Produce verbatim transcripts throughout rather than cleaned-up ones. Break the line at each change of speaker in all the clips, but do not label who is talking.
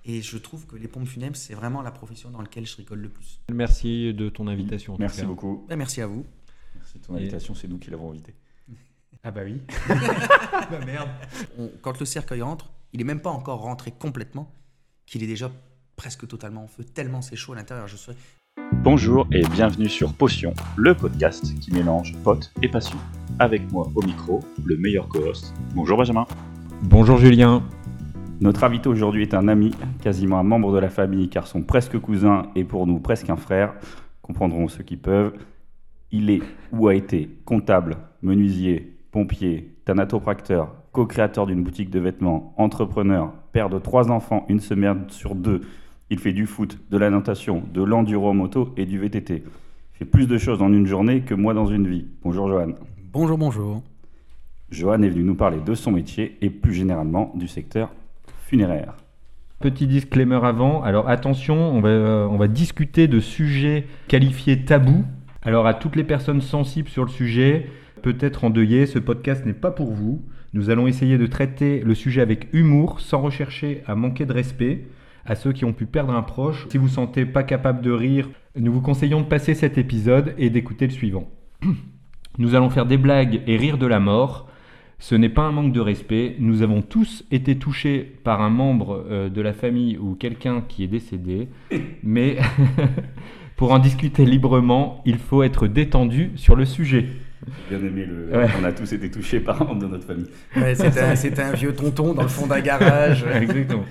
Et je trouve que les pompes funèbres, c'est vraiment la profession dans laquelle je rigole le plus.
Merci de ton invitation. En
Merci
tout cas.
beaucoup.
Ben, merci à vous.
Merci de ton invitation, c'est nous qui l'avons invité.
Ah bah oui.
Bah merde. On- quand le cercueil rentre, il est même pas encore rentré complètement, qu'il est déjà presque totalement en feu, tellement c'est chaud à l'intérieur. Je serais...
Bonjour et bienvenue sur Potion, le podcast qui mélange potes et passion. Avec moi au micro, le meilleur co-host. Bonjour Benjamin.
Bonjour Julien.
Notre invité aujourd'hui est un ami, quasiment un membre de la famille, car son presque cousin est pour nous presque un frère. Comprendront ceux qui peuvent. Il est ou a été comptable, menuisier, pompier, thanatopracteur, co-créateur d'une boutique de vêtements, entrepreneur, père de trois enfants, une semaine sur deux. Il fait du foot, de la natation, de l'enduro moto et du V T T. Il fait plus de choses en une journée que moi dans une vie. Bonjour Johan.
Bonjour, bonjour.
Johan est venu nous parler de son métier et plus généralement du secteur funéraire.
Petit disclaimer avant. Alors attention, on va, euh, on va discuter de sujets qualifiés tabous. Alors à toutes les personnes sensibles sur le sujet, peut-être endeuillées, ce podcast n'est pas pour vous. Nous allons essayer de traiter le sujet avec humour, sans rechercher à manquer de respect à ceux qui ont pu perdre un proche. Si vous ne vous sentez pas capable de rire, nous vous conseillons de passer cet épisode et d'écouter le suivant. Nous allons faire des blagues et rire de la mort. Ce n'est pas un manque de respect. Nous avons tous été touchés par un membre euh, de la famille ou quelqu'un qui est décédé. Mais pour en discuter librement, il faut être détendu sur le sujet.
J'ai bien aimé le...
Ouais.
On a tous été touchés par un membre de notre famille.
Ouais, c'était, un, c'était un vieux tonton dans le fond d'un garage.
Exactement.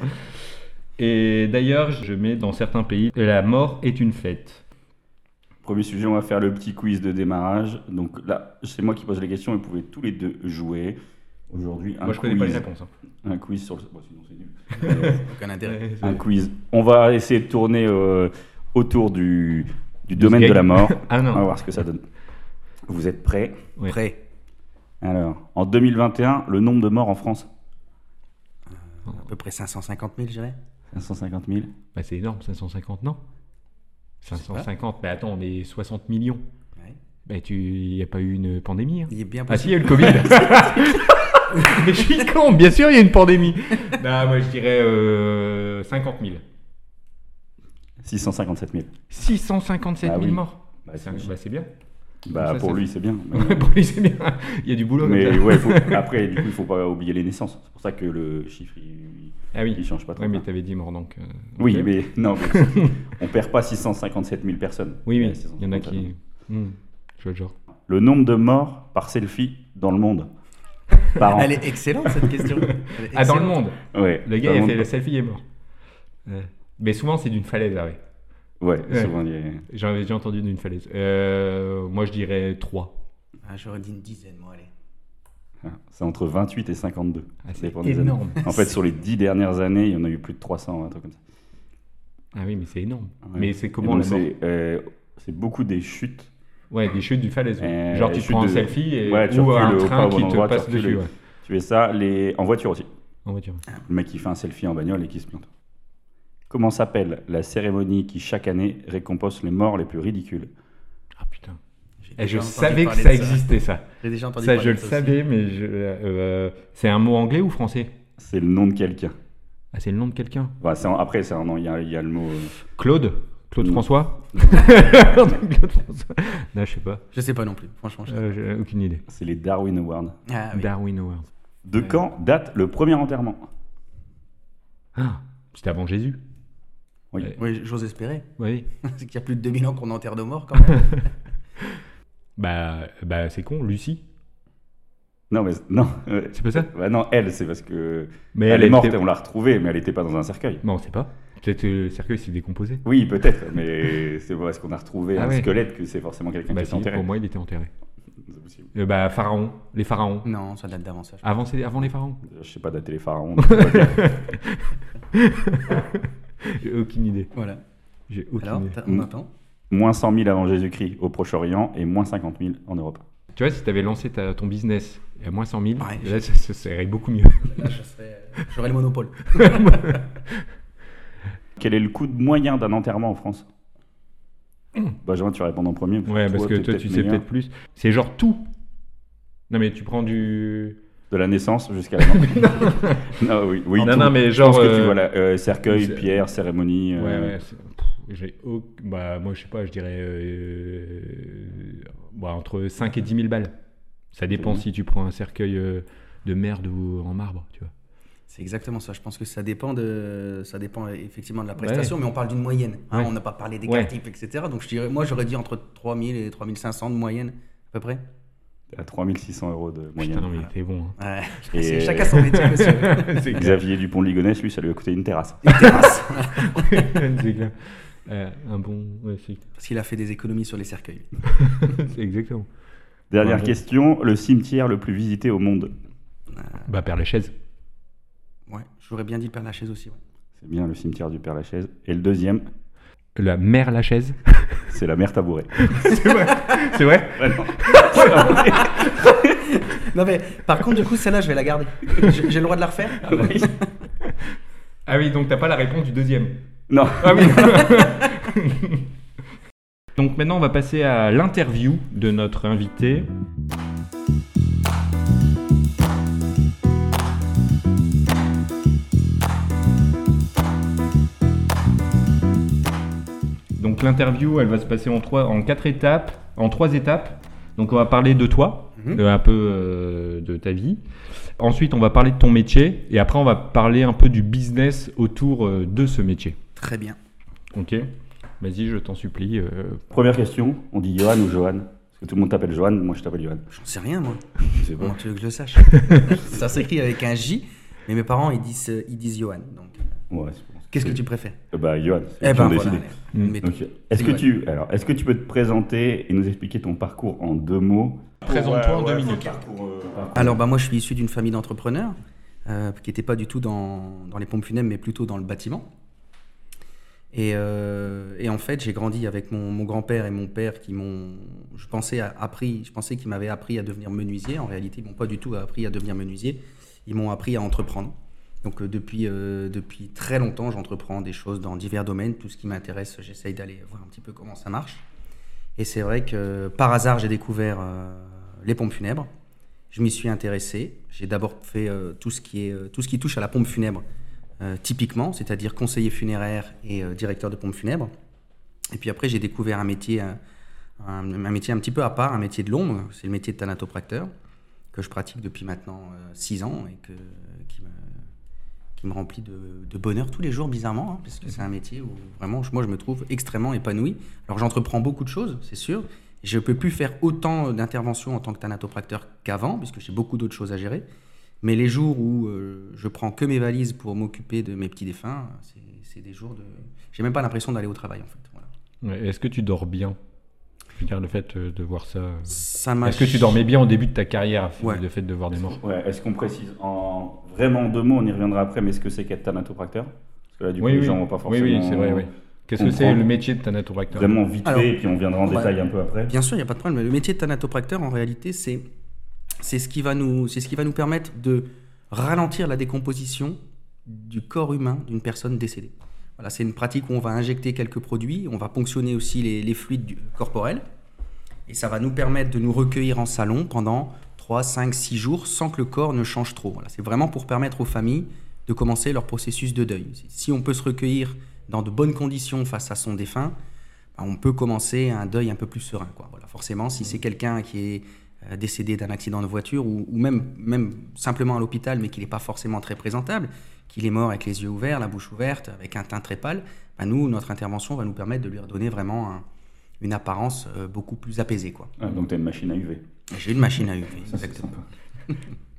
Et d'ailleurs, je mets dans certains pays, la mort est une fête.
Premier sujet, on va faire le petit quiz de démarrage. Donc là, c'est moi qui pose les questions et vous pouvez tous les deux jouer. Aujourd'hui, un
Moi, je
quiz.
connais pas les réponses. hein.
Un quiz sur le... Bon, sinon c'est nul.
Aucun intérêt.
Un quiz. On va essayer de tourner euh, autour du, du
Du
domaine
gag.
de la mort.
Ah
On va
non.
voir ce que ça donne. Vous êtes prêts?
Ouais.
Prêt.
Alors, en deux mille vingt et un, le nombre de morts en France?
À peu près cinq cent cinquante mille, je dirais.
cinq cent cinquante mille.
Bah, c'est énorme, cinq cent cinquante, non
sais
cinq cent
pas.
cinquante, mais attends, on est soixante millions.
Ouais.
Bah, tu... il n'y a pas eu une pandémie. hein.
Il est bien
Ah si, il y a
possible.
eu le Covid. Mais je suis con, bien sûr, il y a une pandémie. Non, moi je dirais euh, cinquante mille.
six cent cinquante-sept mille.
six cent cinquante-sept
Ah
mille
oui.
morts.
Bah,
C'est,
c'est-
bah, c'est bien.
Bah,
Ça,
pour
ça-
lui, c'est bien.
Ouais, pour lui, c'est bien. Il y a du boulot.
Mais
comme ça.
ouais, faut- après, du coup, il ne faut pas oublier les naissances. C'est pour ça que le chiffre, il,
Ah oui.
il change pas trop.
Ouais, mais t'avais dit mort donc. euh,
Oui,
ok.
mais non, mais on perd pas six cent cinquante-sept mille personnes.
Oui, oui.
Ouais, six cent
Il y en a
cinquante mille.
qui. Hmm, je vois le genre.
Le nombre de morts par selfie dans le monde par an.
Elle est excellente cette question. Elle est
Ah, dans le
excellente.
monde.
Ouais.
Le
dans
gars, il a
monde.
fait le selfie, il est mort. Ouais. Mais souvent, c'est d'une falaise, ah ouais.
Ouais,
Ouais.
souvent, il y a-
J'en avais déjà entendu d'une falaise. Euh, moi, je dirais trois.
Ah, j'aurais dit une dizaine, moi, allez.
Ah, c'est entre vingt-huit et cinquante-deux.
Ah,
Ça
c'est
dépend des
énorme.
années. En fait, sur les dix dernières années, il y en a eu plus de trois cents, un truc comme ça.
Ah oui, mais c'est énorme.
Ouais.
Mais c'est
Et
comment
donc,
la mort
c'est, euh, c'est beaucoup des chutes.
Ouais, des chutes d'une falaise. ouais.
Euh,
Genre, tu
chutes
te prends un
de-
selfie et...
Ouais, tu
ou
recules
un
au pas
train
au bon
qui te
endroit, tu
passe
recules.
dessus. Ouais.
Tu fais ça les... en voiture aussi.
En voiture.
Le mec qui fait un selfie en bagnole et qui se plante. Comment s'appelle la cérémonie qui, chaque année, récompense les morts les plus ridicules?
Ah putain.
J'ai
Et je
déjà entendu
savais que
parler
ça
de
existait, ça.
J'ai déjà entendu
Ça,
parler
je
de
le
ça aussi.
savais, mais je... euh, c'est un mot anglais ou français?
C'est le nom de quelqu'un.
Ah, c'est le nom de quelqu'un.
Bah, c'est en- Après, c'est un nom, il y a, il y a le mot... euh,
Claude Claude
Non.
François Claude François. Non, je sais pas.
Je sais pas non plus, franchement. Je...
Euh, j'ai aucune idée.
C'est les Darwin Awards.
Ah, oui.
Darwin Award.
De
Ouais.
quand date le premier enterrement?
Ah, c'était avant Jésus.
Oui.
Ouais.
Oui, j'ose espérer.
Oui.
C'est qu'il y a plus de deux mille ans qu'on enterre de morts, quand même.
Bah, bah c'est con, Lucie.
Non, mais non. euh,
C'est pas ça?
bah non, elle, c'est parce que
Mais
elle, est morte
était-
et on l'a retrouvée, mais elle n'était pas dans un cercueil.
Mais on sait pas. Peut-être que le cercueil s'est décomposé.
Oui, peut-être, mais c'est parce qu'on a retrouvé
Ah
un
ouais.
squelette que c'est forcément quelqu'un
Bah
qui
si,
est enterré.
pour moi, il était enterré.
C'est possible.
Euh, bah, pharaon. Les pharaons.
Non, ça date d'avant ça. je
Avant, c'est- avant les pharaons.
Je sais pas dater les pharaons. donc je peux pas dire.
J'ai aucune idée.
pense. Voilà.
J'ai aucune
Alors,
idée.
t'as- on attend.
Moins cent mille avant Jésus-Christ au Proche-Orient et moins cinquante mille en Europe.
Tu vois, si tu avais lancé ta- ton business à moins cent mille,
Ouais,
là, ça, ça serait beaucoup mieux.
Là, je serais- J'aurais le monopole.
Quel est le coût moyen d'un enterrement en France? Benjamin, tu vas répondre en premier.
Ouais, parce que
t'es
toi, tu sais
meilleur.
peut-être plus. C'est genre tout. Non, mais tu prends du.
De la naissance jusqu'à la mort. non, oui, oui,
non,
tout.
non, mais
Je
genre.
pense que tu
euh,
vois là, euh, cercueil,
c'est-
pierre, cérémonie. euh,
Ouais, ouais. c'est- pff, j'ai au- bah, moi, je sais pas, je dirais euh, bah, entre cinq et dix mille balles. Ça dépend
bien.
si tu prends un cercueil euh, de merde ou en marbre, tu vois.
C'est exactement ça. Je pense que ça dépend, de, ça dépend effectivement de la prestation, mais on parle d'une moyenne. hein.
Ouais.
On n'a pas parlé des
Ouais.
types, et cetera. Donc je dirais, moi, j'aurais dit entre trois mille et trois mille cinq cents de moyenne, à peu près.
À trois mille six cents euros de moyenne.
Putain, non, mais t'es bon. hein.
Ouais.
Et-
C'est- Chacun son métier, monsieur.
C'est clair.
Xavier Dupont de Ligonnès, lui, ça lui a coûté une terrasse.
Une terrasse.
C'est clair. Euh, un bon. Ouais, c'est...
Parce qu'il a fait des économies sur les cercueils.
c'est exactement.
Dernière
Ouais, bon.
question, le cimetière le plus visité au monde.
Bah, Père-Lachaise.
Ouais, j'aurais bien dit Père Lachaise aussi. Ouais.
C'est bien le cimetière du Père Lachaise. Et le deuxième,
La mère Lachaise.
c'est la mère Tabouret.
C'est vrai. C'est vrai.
Ouais, non.
Non mais par contre, du coup, celle-là, je vais la garder. J'ai j'ai le droit de la refaire.
Oui.
Ah oui, donc t'as pas la réponse du deuxième.
Non.
Ah oui. Donc maintenant, on va passer à l'interview de notre invité. Donc l'interview, elle va se passer en trois, en quatre étapes, en trois étapes. Donc on va parler de toi,
Mhm.
de- un peu euh, de ta vie. Ensuite, on va parler de ton métier, et après, on va parler un peu du business autour euh, de ce métier.
Très bien.
Ok. Vas-y, je t'en supplie. euh,
Première question, on dit Johan ou Johan? Parce que tout le monde t'appelle Johan, moi je t'appelle Johan.
J'en sais rien, moi.
Je sais pas.
Comment tu veux que je le sache? Ça s'écrit avec un J, mais mes parents, ils disent, euh, ils disent Johan. Donc, euh,
Ouais, c'est bon.
qu'est-ce que tu préfères?
Euh, Bah, Johan, c'est
Eh
eux qui ont
ben voilà.
décidé.
allez,
Mm.
mettons.
Donc, est-ce que,
Johan.
tu, alors, est-ce que tu peux te présenter et nous expliquer ton parcours en deux mots?
Présente-toi en deux
ouais,
minutes.
parcours, euh, parcours.
Alors, bah, moi, je suis issu d'une famille d'entrepreneurs euh, qui n'était pas du tout dans, dans les pompes funèbres, mais plutôt dans le bâtiment. Et, euh, et en fait, j'ai grandi avec mon, mon grand-père et mon père qui m'ont, je pensais, a- appris, je pensais qu'ils m'avaient appris à devenir menuisier. En réalité, ils m'ont pas du tout appris à devenir menuisier. Ils m'ont appris à entreprendre. Donc, euh, depuis, euh, depuis très longtemps, j'entreprends des choses dans divers domaines. Tout ce qui m'intéresse, j'essaye d'aller voir un petit peu comment ça marche. Et c'est vrai que par hasard, j'ai découvert euh, les pompes funèbres. Je m'y suis intéressé. J'ai d'abord fait euh, tout, ce qui est, euh, tout ce qui touche à la pompe funèbre, euh, typiquement, c'est-à-dire conseiller funéraire et euh, directeur de pompe funèbre. Et puis après, j'ai découvert un métier, un, un- un métier un petit peu à part, un métier de l'ombre. C'est le métier de thanatopracteur que je pratique depuis maintenant six ans et que, qui, me, qui me remplit de, de bonheur tous les jours, bizarrement, hein, parce que c'est un métier où vraiment, je- moi, je me trouve extrêmement épanoui. Alors, j'entreprends beaucoup de choses, c'est sûr. Je ne peux plus faire autant d'interventions en tant que thanatopracteur qu'avant, puisque j'ai beaucoup d'autres choses à gérer. Mais les jours où euh, je prends que mes valises pour m'occuper de mes petits défunts, c'est, c'est des jours de... J'ai même pas l'impression d'aller au travail, en fait. Voilà.
Ouais, Est-ce que tu dors bien? Je veux dire, le fait euh, de voir ça. euh,
Ça m'a
Est-ce que tu dormais bien au début de ta carrière,
Ouais.
le fait de voir des morts?
Ouais, est-ce qu'on précise en vraiment en deux mots, on y reviendra après, mais est-ce que c'est qu'être thanatopracteur? Parce que là, du coup,
Oui,
les
oui.
gens vont pas
Oui,
forcément.
oui, c'est vrai, oui. Qu'est-ce que c'est
comprendre.
le métier de thanatopracteur?
Vraiment vite
Alors,
fait, et puis on viendra en
ouais.
détail un peu après.
Bien sûr, il n'y a pas de problème. Le métier de thanatopracteur, en réalité, c'est, c'est, ce qui va nous, c'est ce qui va nous permettre de ralentir la décomposition du corps humain d'une personne décédée. Voilà, c'est une pratique où on va injecter quelques produits, on va ponctionner aussi les, les fluides du- corporels, et ça va nous permettre de nous recueillir en salon pendant trois, cinq, six jours sans que le corps ne change trop. Voilà, c'est vraiment pour permettre aux familles de commencer leur processus de deuil. Si on peut se recueillir dans de bonnes conditions face à son défunt, ben, on peut commencer un deuil un peu plus serein, quoi. Voilà, forcément, si c'est quelqu'un qui est euh, décédé d'un accident de voiture ou, ou même, même simplement à l'hôpital, mais qui n'est pas forcément très présentable, qu'il est mort avec les yeux ouverts, la bouche ouverte, avec un teint très pâle, ben, nous, notre intervention va nous permettre de lui redonner vraiment un- une apparence euh, beaucoup plus apaisée, quoi.
Ah, donc tu as une machine à U V.
J'ai une machine à U V,
Ça, c'est
exactement.
sympa.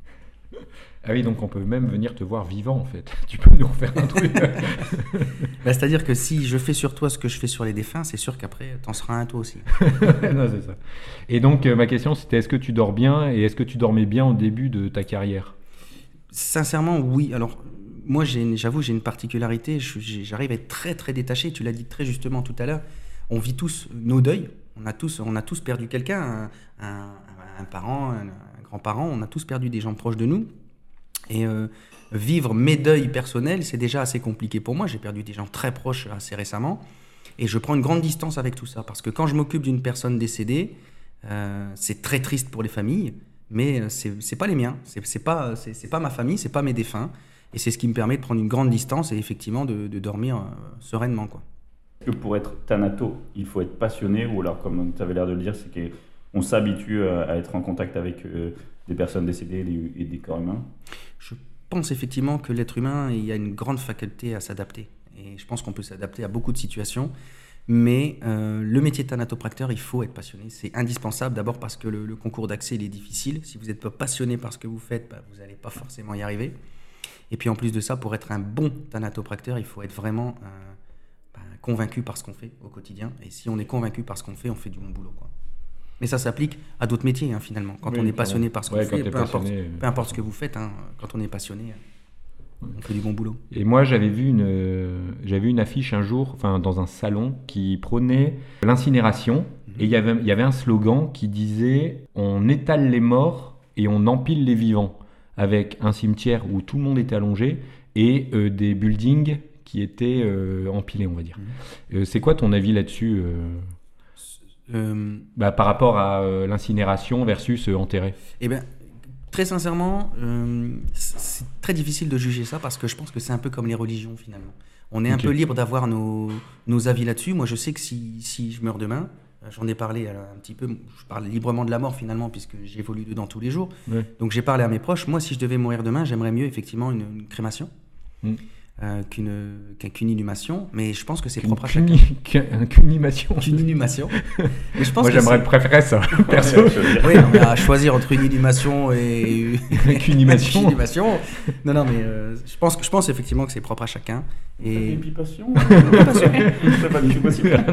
Ah oui, donc on peut même venir te voir vivant, en fait. Tu peux nous refaire un truc.
Ben, c'est-à-dire que si je fais sur toi ce que je fais sur les défunts, c'est sûr qu'après, t'en seras un toi aussi.
Non, c'est ça. Et donc, euh, ma question, c'était est-ce que tu dors bien et est-ce que tu dormais bien au début de ta carrière?
Sincèrement, oui. Alors, moi, j'ai une- j'avoue, j'ai une particularité. Je- j'ai- J'arrive à être très, très détaché. Tu l'as dit très justement tout à l'heure. On vit tous nos deuils. On a tous, on a tous perdu quelqu'un, un, un- un parent, un, un grand-parent. On a tous perdu des gens proches de nous. Et euh, vivre mes deuils personnels, c'est déjà assez compliqué pour moi. J'ai perdu des gens très proches assez récemment. Et je prends une grande distance avec tout ça. Parce que quand je m'occupe d'une personne décédée, euh, c'est très triste pour les familles. mais euh, c'est c'est pas les miens, c'est c'est pas c'est c'est pas ma famille, c'est pas mes défunts, et c'est ce qui me permet de prendre une grande distance et effectivement de, de dormir euh, sereinement, quoi.
Que pour être thanato, il faut être passionné, ou alors comme tu avais l'air de le dire, c'est qu'on s'habitue à, à être en contact avec euh, des personnes décédées et des, et des corps humains.
Je pense effectivement que l'être humain, il y a une grande faculté à s'adapter. Et je pense qu'on peut s'adapter à beaucoup de situations. Mais euh, le métier de thanatopracteur, il faut être passionné. C'est indispensable, d'abord parce que le, le concours d'accès, il est difficile. Si vous n'êtes pas passionné par ce que vous faites, bah, vous n'allez pas forcément y arriver. Et puis en plus de ça, pour être un bon thanatopracteur, il faut être vraiment euh, bah, convaincu par ce qu'on fait au quotidien. Et si on est convaincu par ce qu'on fait, on fait du bon boulot, quoi. Mais ça s'applique à d'autres métiers, hein, finalement. Quand
Oui,
on est passionné par ce qu'on
ouais,
fait, peu importe,
passionné,
peu importe ce que vous faites, hein, quand on est passionné, on fait du bon boulot.
Et moi, j'avais vu une, euh, j'avais vu une affiche un jour, enfin dans un salon, qui prônait l'incinération. Mm-hmm. Et il y avait, il y avait un slogan qui disait « On étale les morts et on empile les vivants », avec un cimetière où tout le monde était allongé et euh, des buildings qui étaient euh, empilés, on va dire. Mm-hmm. Euh, c'est quoi ton avis là-dessus euh... Euh... Bah, par rapport à euh, l'incinération versus euh, enterrer?
Eh bien, très sincèrement, euh, c'est très difficile de juger ça parce que je pense que c'est un peu comme les religions finalement. On est okay. un peu libre d'avoir nos, nos avis là-dessus. Moi, je sais que si, si je meurs demain, j'en ai parlé un petit peu, je parle librement de la mort finalement puisque j'évolue dedans tous les jours. Ouais. Donc j'ai parlé à mes proches. Moi, si je devais mourir demain, j'aimerais mieux effectivement une, une crémation. Mm. Euh, qu'une, qu'une inhumation, mais je pense que c'est qu'une propre à chacun.
Qu'une, qu'une inhumation.
Qu'une inhumation. Mais je pense
Moi,
que
j'aimerais
c'est...
préférer ça, perso.
Oui, on a à choisir entre une inhumation et
une inhumation.
Une inhumation. Non, non, mais euh, je, pense, je pense effectivement que c'est propre à chacun.
Et puis passion. C'est pas du tout possible.
Je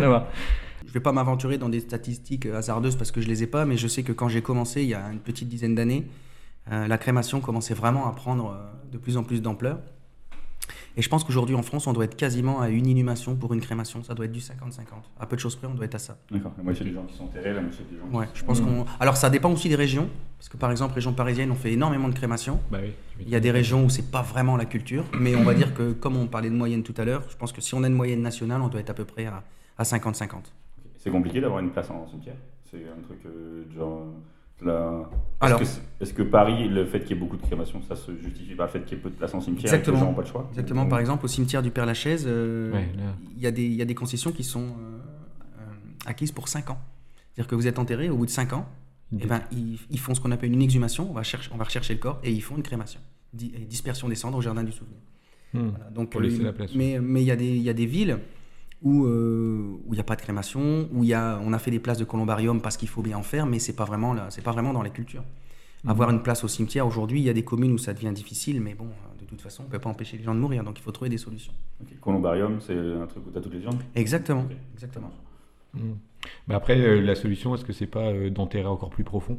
ne vais pas m'aventurer dans des statistiques hasardeuses parce que je ne les ai pas, mais je sais que quand j'ai commencé, il y a une petite dizaine d'années, euh, la crémation commençait vraiment à prendre euh, de plus en plus d'ampleur. Et je pense qu'aujourd'hui en France, on doit être quasiment à une inhumation pour une crémation. Ça doit être du cinquante cinquante. À peu de choses près, on doit être à ça.
D'accord. La moitié des gens qui sont enterrés, la moitié des gens
ouais,
qui
je
sont...
pense qu'on... Alors ça dépend aussi des régions. Parce que par exemple, région parisienne, on fait énormément de crémations.
Bah oui,
il y a des régions où c'est pas vraiment la culture. Mais on va dire que, comme on parlait de moyenne tout à l'heure, je pense que si on a une moyenne nationale, on doit être à peu près à, à cinquante cinquante.
Okay. C'est compliqué d'avoir une place en cimetière? C'est un truc euh, genre... La... Est-ce,
Alors,
que est-ce que Paris, le fait qu'il y ait beaucoup de crémations, ça se justifie par le fait qu'il y ait peu de place en cimetière
exactement,
et que les gens n'ont pas de choix?
Exactement. Par exemple, au cimetière du Père-Lachaise, euh,
ouais,
il y a des, il y a des concessions qui sont euh, euh, acquises pour cinq ans. C'est-à-dire que vous êtes enterré, au bout de cinq ans, eh ben, ils, ils font ce qu'on appelle une exhumation, on va, chercher, on va rechercher le corps et ils font une crémation. Di- dispersion des cendres au jardin du souvenir.
Mmh.
Voilà, donc,
pour laisser
euh,
la place.
Mais il mais y, y a des villes où il euh, n'y a pas de crémation, où y a, on a fait des places de columbarium parce qu'il faut bien en faire, mais ce n'est pas, pas vraiment dans la culture. Mmh. Avoir une place au cimetière, aujourd'hui, il y a des communes où ça devient difficile, mais bon, de toute façon, on ne peut pas empêcher les gens de mourir, donc il faut trouver des solutions.
Okay. Columbarium, c'est un truc où tu as toutes les viandes?
Exactement. Okay. Exactement.
Mmh. Mais après, euh, la solution, est-ce que c'est pas euh, d'enterrer encore plus profond?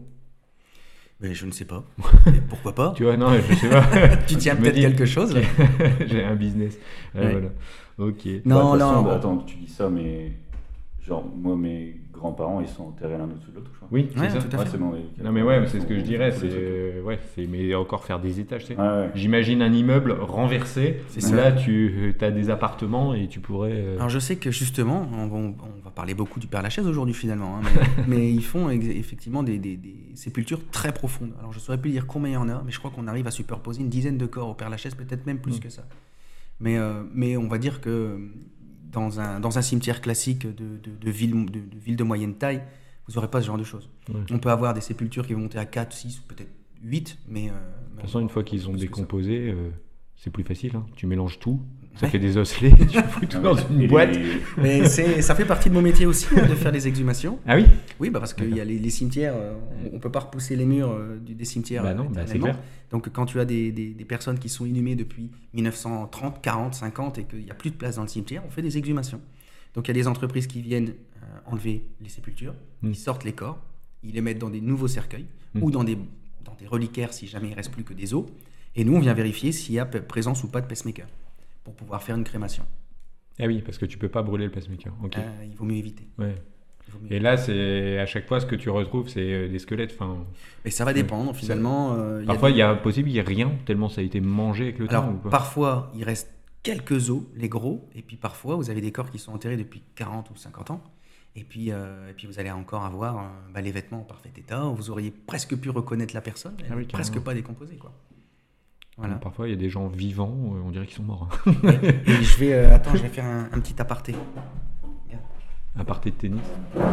Mais je ne sais pas. Et pourquoi pas?
Tu vois, non, je sais pas.
Tu tiens peut-être dis... quelque chose là.
J'ai un business. Euh, ouais. Voilà. Ok.
Non,
bah,
non.
Façon, bah, attends, tu dis ça, mais genre moi, mes grands-parents, ils sont enterrés l'un au-dessus de l'autre, je crois.
Oui, c'est
ouais,
ça.
tout à fait.
Ouais, c'est bon,
non, mais ouais, mais c'est ce que je dirais. C'est, euh, ouais, c'est, mais encore faire des étages. C'est...
Ouais, ouais.
J'imagine un immeuble renversé.
C'est
où
ça.
Là, tu as des appartements et tu pourrais. Euh...
Alors, je sais que justement, on, on, on va parler beaucoup du Père-Lachaise aujourd'hui finalement, hein, mais, mais ils font ex- effectivement des, des, des sépultures très profondes. Alors, je ne saurais plus dire combien il y en a, mais je crois qu'on arrive à superposer une dizaine de corps au Père-Lachaise, peut-être même plus mmh. que ça. Mais, euh, mais on va dire que dans un, dans un cimetière classique de, de, de, ville, de, de ville de moyenne taille, vous n'aurez pas ce genre de choses. Ouais. On peut avoir des sépultures qui vont monter à quatre, six ou peut-être huit, mais... Euh,
de toute façon, une fois qu'ils ont décomposé, euh, c'est plus facile. Hein. Tu mélanges tout, ça
ouais.
fait des osselets, tu fous tout dans une boîte.
Mais c'est, ça fait partie de mon métier aussi, hein, de faire des exhumations.
Ah oui?
Oui, bah parce qu'il y a les, les cimetières, euh, on ne peut pas repousser les murs euh, des cimetières.
Bah non, bah c'est clair.
Donc quand tu as des, des, des personnes qui sont inhumées depuis dix-neuf cent trente, quarante, cinquante et qu'il n'y a plus de place dans le cimetière, on fait des exhumations. Donc il y a des entreprises qui viennent euh, enlever les sépultures, mmh. ils sortent les corps, ils les mettent dans des nouveaux cercueils mmh. ou dans des, dans des reliquaires si jamais il ne reste plus que des os. Et nous, on vient vérifier s'il y a présence ou pas de pacemaker pour pouvoir faire une crémation.
Ah oui, parce que tu ne peux pas brûler le pacemaker. Okay.
Euh, il vaut mieux éviter.
Ouais. Vaut mieux Et éviter. Là, c'est, à chaque fois, ce que tu retrouves, c'est des squelettes. Fin...
Et ça va dépendre, finalement. Euh,
parfois, il
y,
y a possible, il n'y a rien, tellement ça a été mangé avec le
Alors,
temps. Ou pas
parfois, il reste quelques os, les gros, et puis parfois, vous avez des corps qui sont enterrés depuis quarante ou cinquante ans. Et puis, euh, et puis vous allez encore avoir euh, bah, les vêtements en parfait état. Vous auriez presque pu reconnaître la personne. Elle
Ah oui,
n'est presque
carrément.
pas décomposée, quoi. Voilà.
Donc, parfois, il y a des gens vivants, euh, on dirait qu'ils sont morts.
Et, et je vais, euh, attends, je vais faire un, un petit aparté.
Un party de tennis.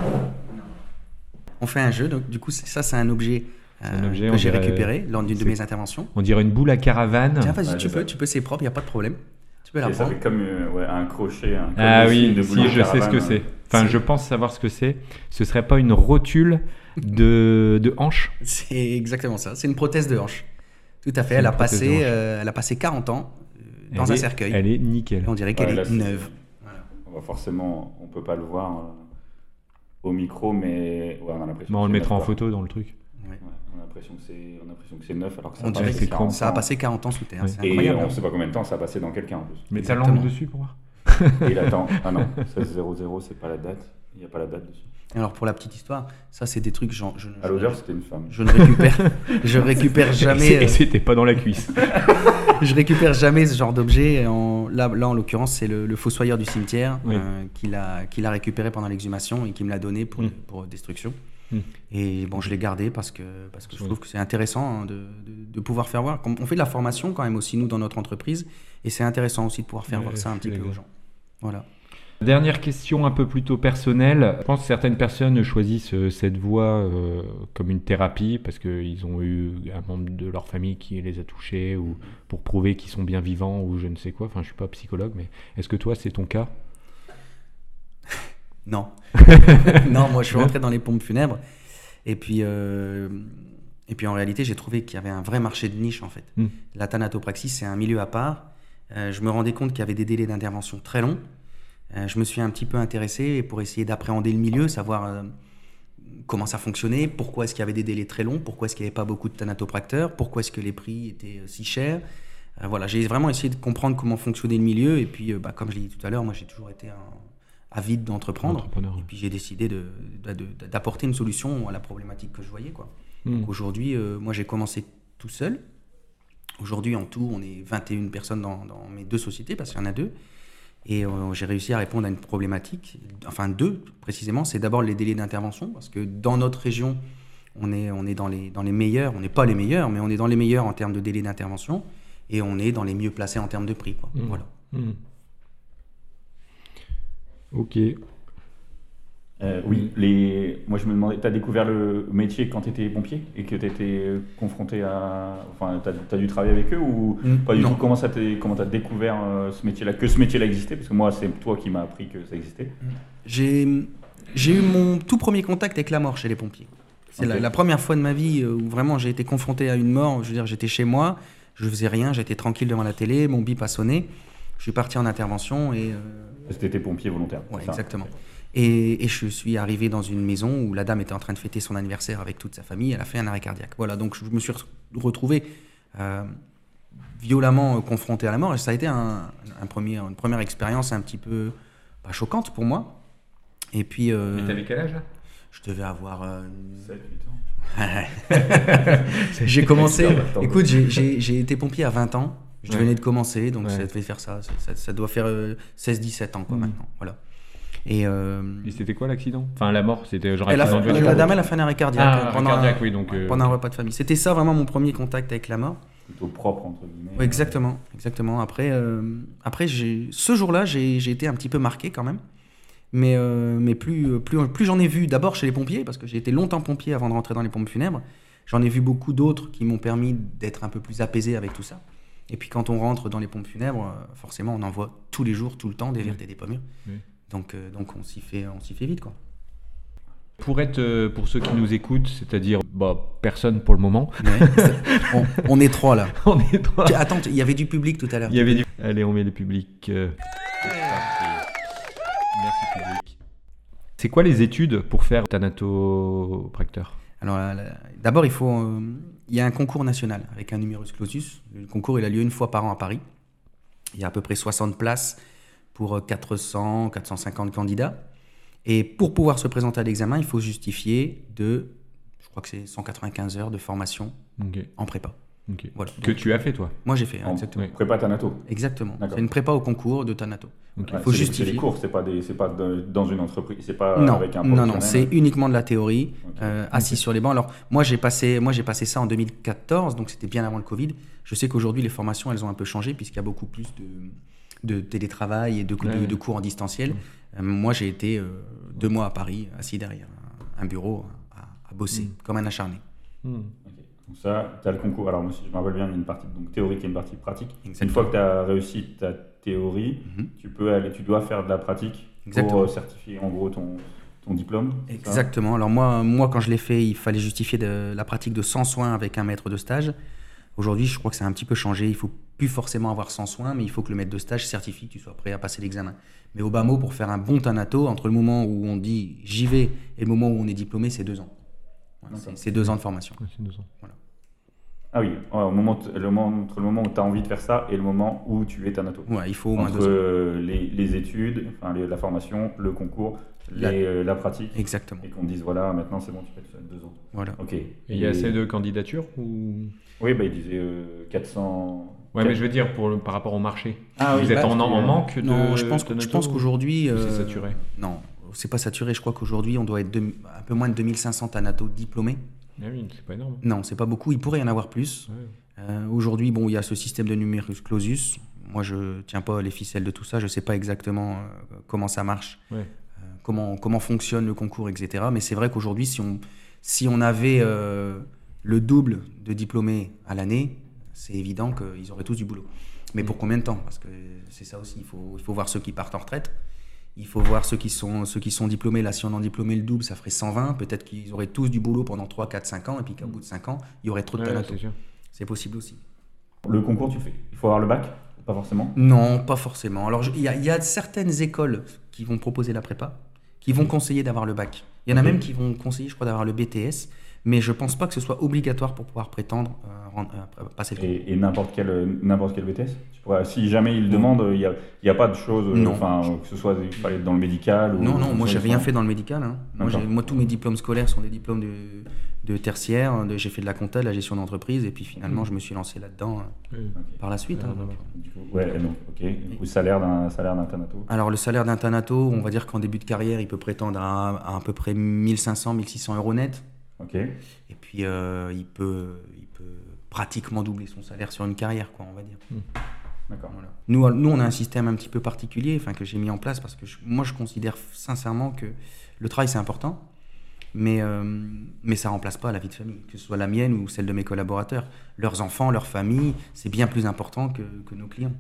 On fait un jeu, donc du coup, c'est- ça, c'est un objet,
C'est un
euh,
objet,
que
on
j'ai
dirait-
récupéré lors d'une de
c'est-
mes interventions.
On dirait une boule à caravane.
Tiens, vas-y,
Ouais,
tu
c'est
peux,
ça.
tu peux, c'est propre, il n'y a pas de problème. Tu peux la
Et ça
prendre.
fait comme euh, ouais, un crochet, un
Ah
comme le
oui,
signe de
si,
boule de
je sais ce que
caravane,
c'est.
euh.
Enfin,
C'est-
je pense savoir ce que c'est. Ce serait pas une rotule de, de hanche?
C'est exactement ça. C'est une prothèse de hanche. Tout à fait.
C'est
Elle
une
a,
prothèse de
passé,
hanche.
euh, elle a passé quarante ans euh, dans
Elle
un
est-
cercueil.
Elle est nickel.
Et on dirait qu'elle
Ouais, là,
est
c'est-
neuve.
On va forcément, on peut pas le voir euh, au micro, mais ouais, on a l'impression.
Bon, on
que
le
c'est
mettra en
neuf, quoi.
photo dans le truc.
Ouais.
Ouais, on a l'impression que c'est, on a l'impression que c'est neuf, alors que ça
On
a
dirait
passé
c'est
que
quarante
ça a
ans.
passé quarante ans sous terre.
Ouais.
C'est
Et
incroyable.
on ne sait pas combien de temps ça a passé dans quelqu'un en plus.
Mais ta
Exactement.
langue dessus pour voir.
Et il attend. Ah non, seize zéro zéro, c'est pas la date. Il n'y a pas la date dessus.
Alors pour la petite histoire, ça c'est des trucs genre, je,
À
je,
l'odeur, c'était une femme.
je ne récupère, je récupère jamais,
Et
euh,
c'était pas dans la cuisse.
je récupère jamais ce genre d'objet. En- Là, là en l'occurrence, c'est le, le fossoyeur du cimetière
Oui.
euh, qui l'a, qui l'a récupéré pendant l'exhumation et qui me l'a donné pour,
Mm.
pour destruction.
Mm.
Et bon, je l'ai gardé parce que parce que je
Oui.
trouve que c'est intéressant hein, de, de, de pouvoir faire voir. On fait de la formation quand même aussi nous dans notre entreprise et c'est intéressant aussi de pouvoir faire
Ouais,
voir ça
je
un
suis
petit peu aux
d'accord.
gens. Voilà.
Dernière question un peu plutôt personnelle. Je pense que certaines personnes choisissent euh, cette voie euh, comme une thérapie parce qu'ils ont eu un membre de leur famille qui les a touchés ou pour prouver qu'ils sont bien vivants ou je ne sais quoi. Enfin, je suis pas psychologue, mais est-ce que toi, c'est ton cas?
Non. Non, moi je suis rentré dans les pompes funèbres et puis euh, et puis en réalité j'ai trouvé qu'il y avait un vrai marché de niche en fait.
Mm.
La thanatopraxie c'est un milieu à part. Euh, je me rendais compte qu'il y avait des délais d'intervention très longs. Euh, je me suis un petit peu intéressé pour essayer d'appréhender le milieu, savoir euh, comment ça fonctionnait, pourquoi est-ce qu'il y avait des délais très longs, pourquoi est-ce qu'il n'y avait pas beaucoup de thanatopracteurs, pourquoi est-ce que les prix étaient euh, si chers. Euh, voilà, j'ai vraiment essayé de comprendre comment fonctionnait le milieu et puis euh, bah, comme je l'ai dit tout à l'heure, moi j'ai toujours été un, avide d'entreprendre.
Entrepreneur,
Et
ouais.
puis j'ai décidé de, de- de- d'apporter une solution à la problématique que je voyais, quoi.
Mm.
Donc aujourd'hui, euh, moi j'ai commencé tout seul. Aujourd'hui, en tout, on est vingt et une personnes dans, dans mes deux sociétés, parce qu'il y en a deux. Et euh, j'ai réussi à répondre à une problématique, enfin deux précisément. C'est d'abord les délais d'intervention, parce que dans notre région, on est, on est dans, les, dans les meilleurs, on n'est pas les meilleurs, mais on est dans les meilleurs en termes de délais d'intervention, et on est dans les mieux placés en termes de prix, quoi.
Mm.
Voilà.
Mm. Ok.
Euh, oui, les... moi je me demandais, tu as découvert le métier quand tu étais pompier et que tu étais confronté à. Enfin, tu as dû travailler avec eux ou
Mm,
pas du
non.
tout? Comment tu as découvert euh, ce métier-là? Que ce métier-là existait? Parce que moi, c'est toi qui m'as appris que ça existait.
J'ai, j'ai eu mon tout premier contact avec la mort chez les pompiers. C'est
Ok.
la, la première fois de ma vie euh, où vraiment j'ai été confronté à une mort. Je veux dire, j'étais chez moi, je faisais rien, j'étais tranquille devant la télé, mon bip a sonné. Je suis parti en intervention et... euh,
C'était tes pompiers volontaires.
ouais,
c'est ça?
exactement. Et, et je suis arrivé dans une maison où la dame était en train de fêter son anniversaire avec toute sa famille. Elle a fait un arrêt cardiaque. Voilà, donc je me suis re- retrouvé euh, violemment euh, confronté à la mort. Et ça a été un, un premier, une première expérience un petit peu pas choquante pour moi. Et puis, euh,
Mais t'avais quel âge là?
je devais avoir... euh,
sept, huit ans.
j'ai commencé...
Attends.
Écoute, j'ai- j'ai j'ai été pompier à vingt ans. Je
Ouais.
venais de commencer, donc
Ouais.
ça devait faire ça. Ça, ça- ça doit faire euh, seize dix-sept ans, quoi,
Mhm.
maintenant. Voilà. Et... euh,
Et c'était quoi l'accident? Enfin, la mort, c'était genre
Elle a
accident
fait-
de voiture.
la dame, elle a fait un arrêt cardiaque
Ah,
euh,
arrêt
pendant,
cardiaque,
un,
oui, donc, euh,
pendant un repas de famille. C'était ça vraiment mon premier contact avec la mort.
Plutôt propre, entre guillemets.
Ouais, exactement, exactement. Après, euh, après j'ai, ce jour-là, j'ai, j'ai été un petit peu marqué quand même. Mais, euh, mais plus, plus, plus j'en ai vu d'abord chez les pompiers, parce que j'ai été longtemps pompier avant de rentrer dans les pompes funèbres. J'en ai vu beaucoup d'autres qui m'ont permis d'être un peu plus apaisé avec tout ça. Et puis quand on rentre dans les pompes funèbres, euh, forcément, on en voit tous les jours, tout le temps, des vertes et des pommures.
Oui.
Donc, euh, donc on s'y fait, on s'y fait vite, quoi.
Pour être, euh, pour ceux qui nous écoutent, c'est-à-dire bah, personne pour le moment.
Ouais. on, on est trois là.
On est trois.
Tiens, attends, il y avait du public tout à l'heure.
Il y avait du... Allez, on met le public. euh. Merci public. C'est quoi les études pour faire thanatopracteur?
Alors, là, là, d'abord, il faut, euh, il y a un concours national avec un numerus clausus. Le concours, il a lieu une fois par an à Paris. Il y a à peu près soixante places pour quatre cents, quatre cent cinquante candidats. Et pour pouvoir se présenter à l'examen, il faut justifier de, je crois que c'est cent quatre-vingt-quinze heures de formation
Ok.
en prépa.
Okay.
Voilà.
Que
Donc,
tu as fait, toi?
Moi, j'ai fait,
En
exactement.
ouais. Prépa Thanato.
Exactement.
D'accord.
C'est une prépa au concours de Thanato.
Okay.
Ouais,
Il faut
c'est
justifier.
C'est des cours, c'est pas, des, c'est pas de, dans une entreprise, c'est pas
non,
avec un
non,
professionnel.
non, c'est uniquement de la théorie,
Okay.
euh, assis okay. sur les bancs. Alors, moi, j'ai passé, moi, j'ai passé ça en deux mille quatorze, donc c'était bien avant le Covid. Je sais qu'aujourd'hui, les formations, elles ont un peu changé, puisqu'il y a beaucoup plus de, de télétravail et de,
ouais.
de, de cours en distanciel. Euh, moi, j'ai été euh, deux mois à Paris, assis derrière un, un bureau, à, à bosser, mm. comme un acharné.
Mm. Okay. Donc ça, tu as le concours. Alors, moi, si je me rappelle bien, il y a une partie donc, théorique et une partie pratique.
Exactement.
Une fois que tu as réussi ta théorie, mm-hmm. tu, peux aller, tu dois faire de la pratique Exactement. Pour certifier en gros ton, ton diplôme.
Exactement. Alors moi, moi, quand je l'ai fait, il fallait justifier de la pratique de cent soins avec un maître de stage. Aujourd'hui, je crois que ça a un petit peu changé. Il ne faut plus forcément avoir cent soins, mais il faut que le maître de stage certifie que tu sois prêt à passer l'examen. Mais au bas mot, pour faire un bon Thanato, entre le moment où on dit j'y vais et le moment où on est diplômé, c'est deux ans. Voilà, c'est, c'est deux ans de formation.
Ouais, c'est deux ans.
Voilà.
Ah oui, ouais, au moment, t- le moment, entre le moment où tu as envie de faire ça et le moment où tu es Thanato.
Ouais, il faut au moins
entre,
deux ans.
Euh, les, les études, enfin, les, la formation, le concours, la, les, euh, la pratique.
Exactement.
Et qu'on te dise, voilà, maintenant c'est bon, tu fais deux ans.
Voilà.
Ok.
Et il y a assez de candidatures ou...
Oui, bah, il disait euh, quatre cents...
Ouais, mais je veux dire, pour le, par rapport au marché.
Ah,
vous
oui,
êtes
bah,
en, en manque de
Non, je pense,
Thanato,
je pense qu'aujourd'hui...
Euh, c'est
euh,
saturé.
Non, c'est pas saturé. Je crois qu'aujourd'hui, on doit être deux, un peu moins de deux mille cinq cents Thanato diplômés.
Ah oui, c'est pas énorme.
Non, c'est pas beaucoup. Il pourrait y en avoir plus.
Ouais.
Euh, aujourd'hui, bon, il y a ce système de numerus clausus. Moi, je tiens pas les ficelles de tout ça. Je sais pas exactement euh, comment ça marche,
ouais.
euh, comment, comment fonctionne le concours, et cetera. Mais c'est vrai qu'aujourd'hui, si on, si on avait euh, le double de diplômés à l'année, c'est évident qu'ils auraient tous du boulot. Mais pour combien de temps ? Parce que c'est ça aussi. Il faut, il faut voir ceux qui partent en retraite. Il faut voir ceux qui sont, ceux qui sont diplômés. Là, si on en diplômait le double, ça ferait cent vingt. Peut-être qu'ils auraient tous du boulot pendant trois, quatre, cinq ans. Et puis qu'au bout de cinq ans, il y aurait trop de
ouais,
Thanato.
C'est,
c'est possible aussi.
Le concours, tu fais. Il faut avoir le bac ? Pas forcément ?
Non, pas forcément. Alors, il y, y a certaines écoles qui vont proposer la prépa, qui vont conseiller d'avoir le bac. Il y en a okay. même qui vont conseiller, je crois, d'avoir le B T S. Mais je ne pense pas que ce soit obligatoire pour pouvoir prétendre euh, rendre, euh, passer le concours.
Et, et n'importe, quel, n'importe quel B T S ? Tu pourrais, si jamais ils le demandent, il n'y a, y a pas de choses, euh, que ce soit il fallait être dans le médical ou...
Non, non, moi j'ai rien fait dans le médical. Hein. Moi, j'ai, moi, tous mes diplômes scolaires sont des diplômes de, de tertiaire. De, j'ai fait de la compta, de la gestion d'entreprise, et puis finalement, mmh. je me suis lancé là-dedans euh, okay. par la suite.
Ah,
hein,
non,
donc.
Du coup, ouais, donc, ok. Du coup, salaire d'un, salaire d'un Thanato ?
Alors, le salaire d'un Thanato, on va dire qu'en début de carrière, il peut prétendre à, à, à peu près mille cinq cents, mille six cents euros net.
Ok.
Et puis, euh, il, peut, il peut pratiquement doubler son salaire sur une carrière, quoi, on va dire.
Mmh.
D'accord.
Voilà. Nous, nous, on a un système un petit peu particulier, enfin, que j'ai mis en place, parce que je, moi, je considère sincèrement que le travail, c'est important, mais, euh, mais ça ne remplace pas la vie de famille, que ce soit la mienne ou celle de mes collaborateurs. Leurs enfants, leur famille, c'est bien plus important que, que nos clients.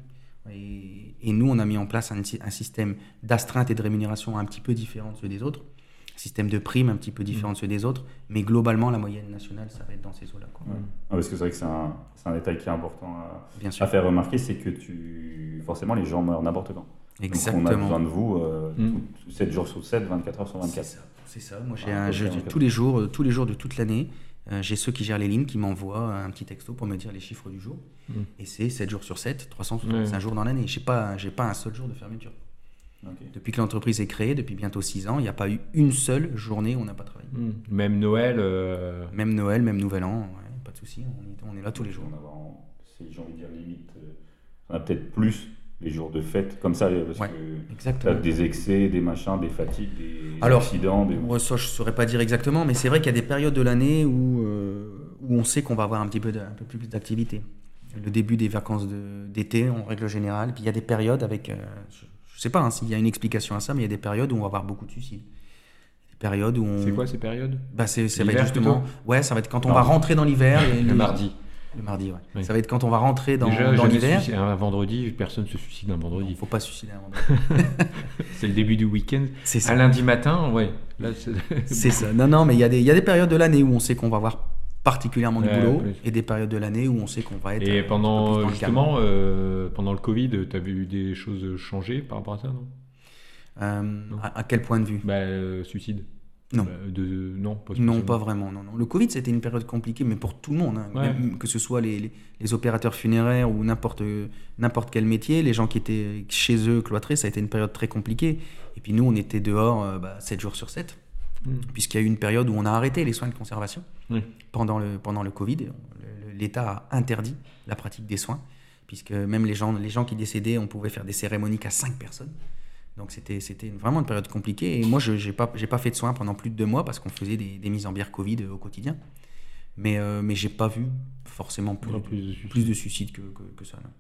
Et, et nous, on a mis en place un, un système d'astreinte et de rémunération un petit peu différent de ceux des autres, système de primes un petit peu différent de ceux des autres, mais globalement, la moyenne nationale, ça va être dans ces eaux-là. Quoi.
Ouais. Ah, parce que c'est vrai que c'est un, c'est un détail qui est important à,
Bien sûr.
à faire remarquer, c'est que tu, forcément, les gens meurent n'importe quand.
Exactement.
Donc on a besoin de vous euh,
mmh.
tout, sept jours sur sept, vingt-quatre heures sur vingt-quatre.
C'est ça. C'est ça. Moi, j'ai ah, un, je, tous, les jours, euh, tous les jours de toute l'année, euh, j'ai ceux qui gèrent les lignes qui m'envoient un petit texto pour me dire les chiffres du jour. Mmh. Et c'est sept jours sur sept, trois cent soixante-cinq mmh. jours dans l'année. Je n'ai pas, j'ai pas un seul jour de fermeture. Okay. Depuis que l'entreprise est créée, depuis bientôt six ans, il n'y a pas eu une seule journée où on n'a pas travaillé.
Mmh. Même Noël euh...
Même Noël, même Nouvel An, ouais, pas de souci, on, on est là tous les jours.
On a, c'est, j'ai envie de dire limite, euh, on a peut-être plus les jours de fête, comme ça, parce
ouais,
que tu as des excès, des machins, des fatigues, des
Alors,
accidents. Des...
Moi, ça, je ne saurais pas dire exactement, mais c'est vrai qu'il y a des périodes de l'année où, euh, où on sait qu'on va avoir un petit peu, de, un peu plus d'activité. Le début des vacances de, d'été, en règle générale, puis il y a des périodes avec... Euh, je, Je ne sais pas hein, s'il y a une explication à ça, mais il y a des périodes où on va avoir beaucoup de suicides. Des périodes où on...
C'est quoi ces périodes ?
bah, c'est, ça va être justement... Ouais, ça va être quand on non. va rentrer dans l'hiver. Et
le
les...
mardi.
Le mardi, ouais.
Oui.
Ça va être quand on va rentrer dans,
Déjà,
dans l'hiver.
Déjà, un vendredi, personne ne se suicide un vendredi.
Il ne faut pas se suicider un vendredi.
C'est le début du week-end.
C'est ça.
Un lundi matin, ouais. Là, c'est...
c'est ça. Non, non, mais il y, y a des périodes de l'année où on sait qu'on va avoir particulièrement du
ouais,
boulot
plus.
Et des périodes de l'année où on sait qu'on va être...
Et pendant, justement, euh, pendant le Covid, tu as vu des choses changer par rapport à ça, non ?
Euh, non. À, à quel point de vue ?
bah, euh, Suicide.
Non.
Bah, de, non, pas
non, pas vraiment. Non, non. Le Covid, c'était une période compliquée, mais pour tout le monde. Hein.
Ouais.
Même, que ce soit les, les, les opérateurs funéraires ou n'importe, n'importe quel métier, les gens qui étaient chez eux, cloîtrés, ça a été une période très compliquée. Et puis nous, on était dehors euh, bah, sept jours sur sept.
Mmh.
puisqu'il y a eu une période où on a arrêté les soins de conservation
Oui.
pendant, le, pendant le Covid. Le- L'État a interdit la pratique des soins, puisque même les gens, les gens qui décédaient, on pouvait faire des cérémonies qu'à cinq personnes. Donc c'était, c'était vraiment une période compliquée. Et moi, je n'ai pas, j'ai pas fait de soins pendant plus de deux mois parce qu'on faisait des, des mises en bière Covid au quotidien. Mais, euh, mais je n'ai pas vu forcément plus,
Pas plus de suicides.
plus de suicides que, que, que ça.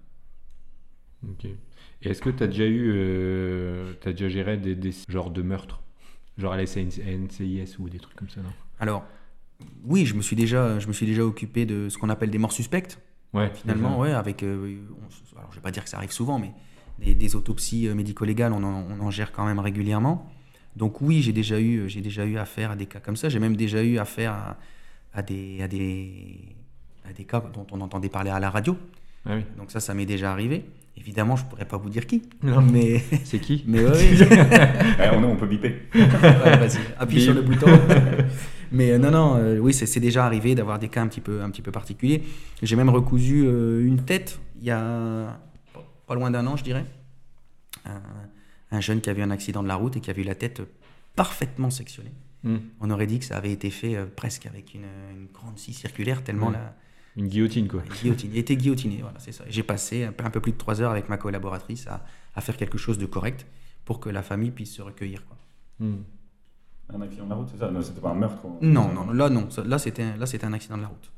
Non.
Ok. Et est-ce que tu as déjà eu, euh, t'as déjà géré des, des genres de meurtres, genre à la N C I S ou des trucs comme ça, non?
Alors, oui, je me suis déjà, je me suis déjà occupé de ce qu'on appelle des morts suspectes.
Ouais,
Finalement, ouais, avec. Euh, on- alors, je vais pas dire que ça arrive souvent, mais des, des autopsies euh, médico-légales, on en, on en gère quand même régulièrement. Donc oui, j'ai déjà eu, j'ai déjà eu affaire à des cas comme ça. J'ai même déjà eu affaire à, à des, à des, à des cas dont on entendait parler à la radio.
Ah oui.
Donc ça, ça m'est déjà arrivé. Évidemment, je pourrais pas vous dire qui,
Non.
mais
C'est qui?
mais ouais, ouais.
Ouais, on, on peut biper.
Ouais, vas-y, appuie
Bip.
sur le bouton. Mais euh, non, non, euh, oui, c'est, c'est déjà arrivé d'avoir des cas un petit peu, un petit peu particuliers. J'ai même recousu euh, une tête il y a pas loin d'un an, je dirais. Un, un jeune qui avait eu un accident de la route et qui avait eu la tête parfaitement sectionnée.
Hmm.
On aurait dit que ça avait été fait euh, presque avec une, une grande scie circulaire, tellement
Ouais.
la
Une guillotine, quoi.
une guillotine. Il a été guillotiné, voilà, c'est ça. J'ai passé un peu, un peu plus de trois heures avec ma collaboratrice à, à faire quelque chose de correct pour que la famille puisse se recueillir, quoi.
Hmm.
Un accident de la route, c'est ça? Non, c'était pas un meurtre. ou-
Non, non, là non, Ça- là c'était, un- là c'était un accident de la route.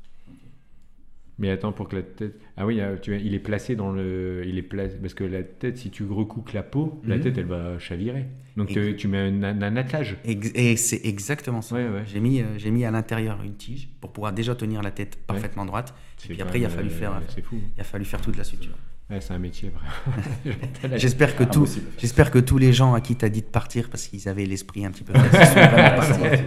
Mais attends, pour que la tête... Ah oui, euh, tu vois, il est placé dans le... Il est placé... Parce que la tête, si tu recoupes la peau, la
Mhm.
tête, elle va chavirer. Donc
Et-
tu, tu mets un, un, un attelage.
Ex- Et c'est exactement ça.
Ouais, ouais.
J'ai mis, euh, j'ai mis à l'intérieur une tige pour pouvoir déjà tenir la tête parfaitement droite.
C'est
puis
quand
après, il a
même,
fallu
euh,
faire-
C'est fou.
Il a fallu faire toute la suture.
Ouais, c'est un métier, vrai.
J'espère que, tout,
Impossible.
j'espère que tous les gens à qui tu as dit de partir parce qu'ils avaient l'esprit un petit peu facile sont vraiment partis.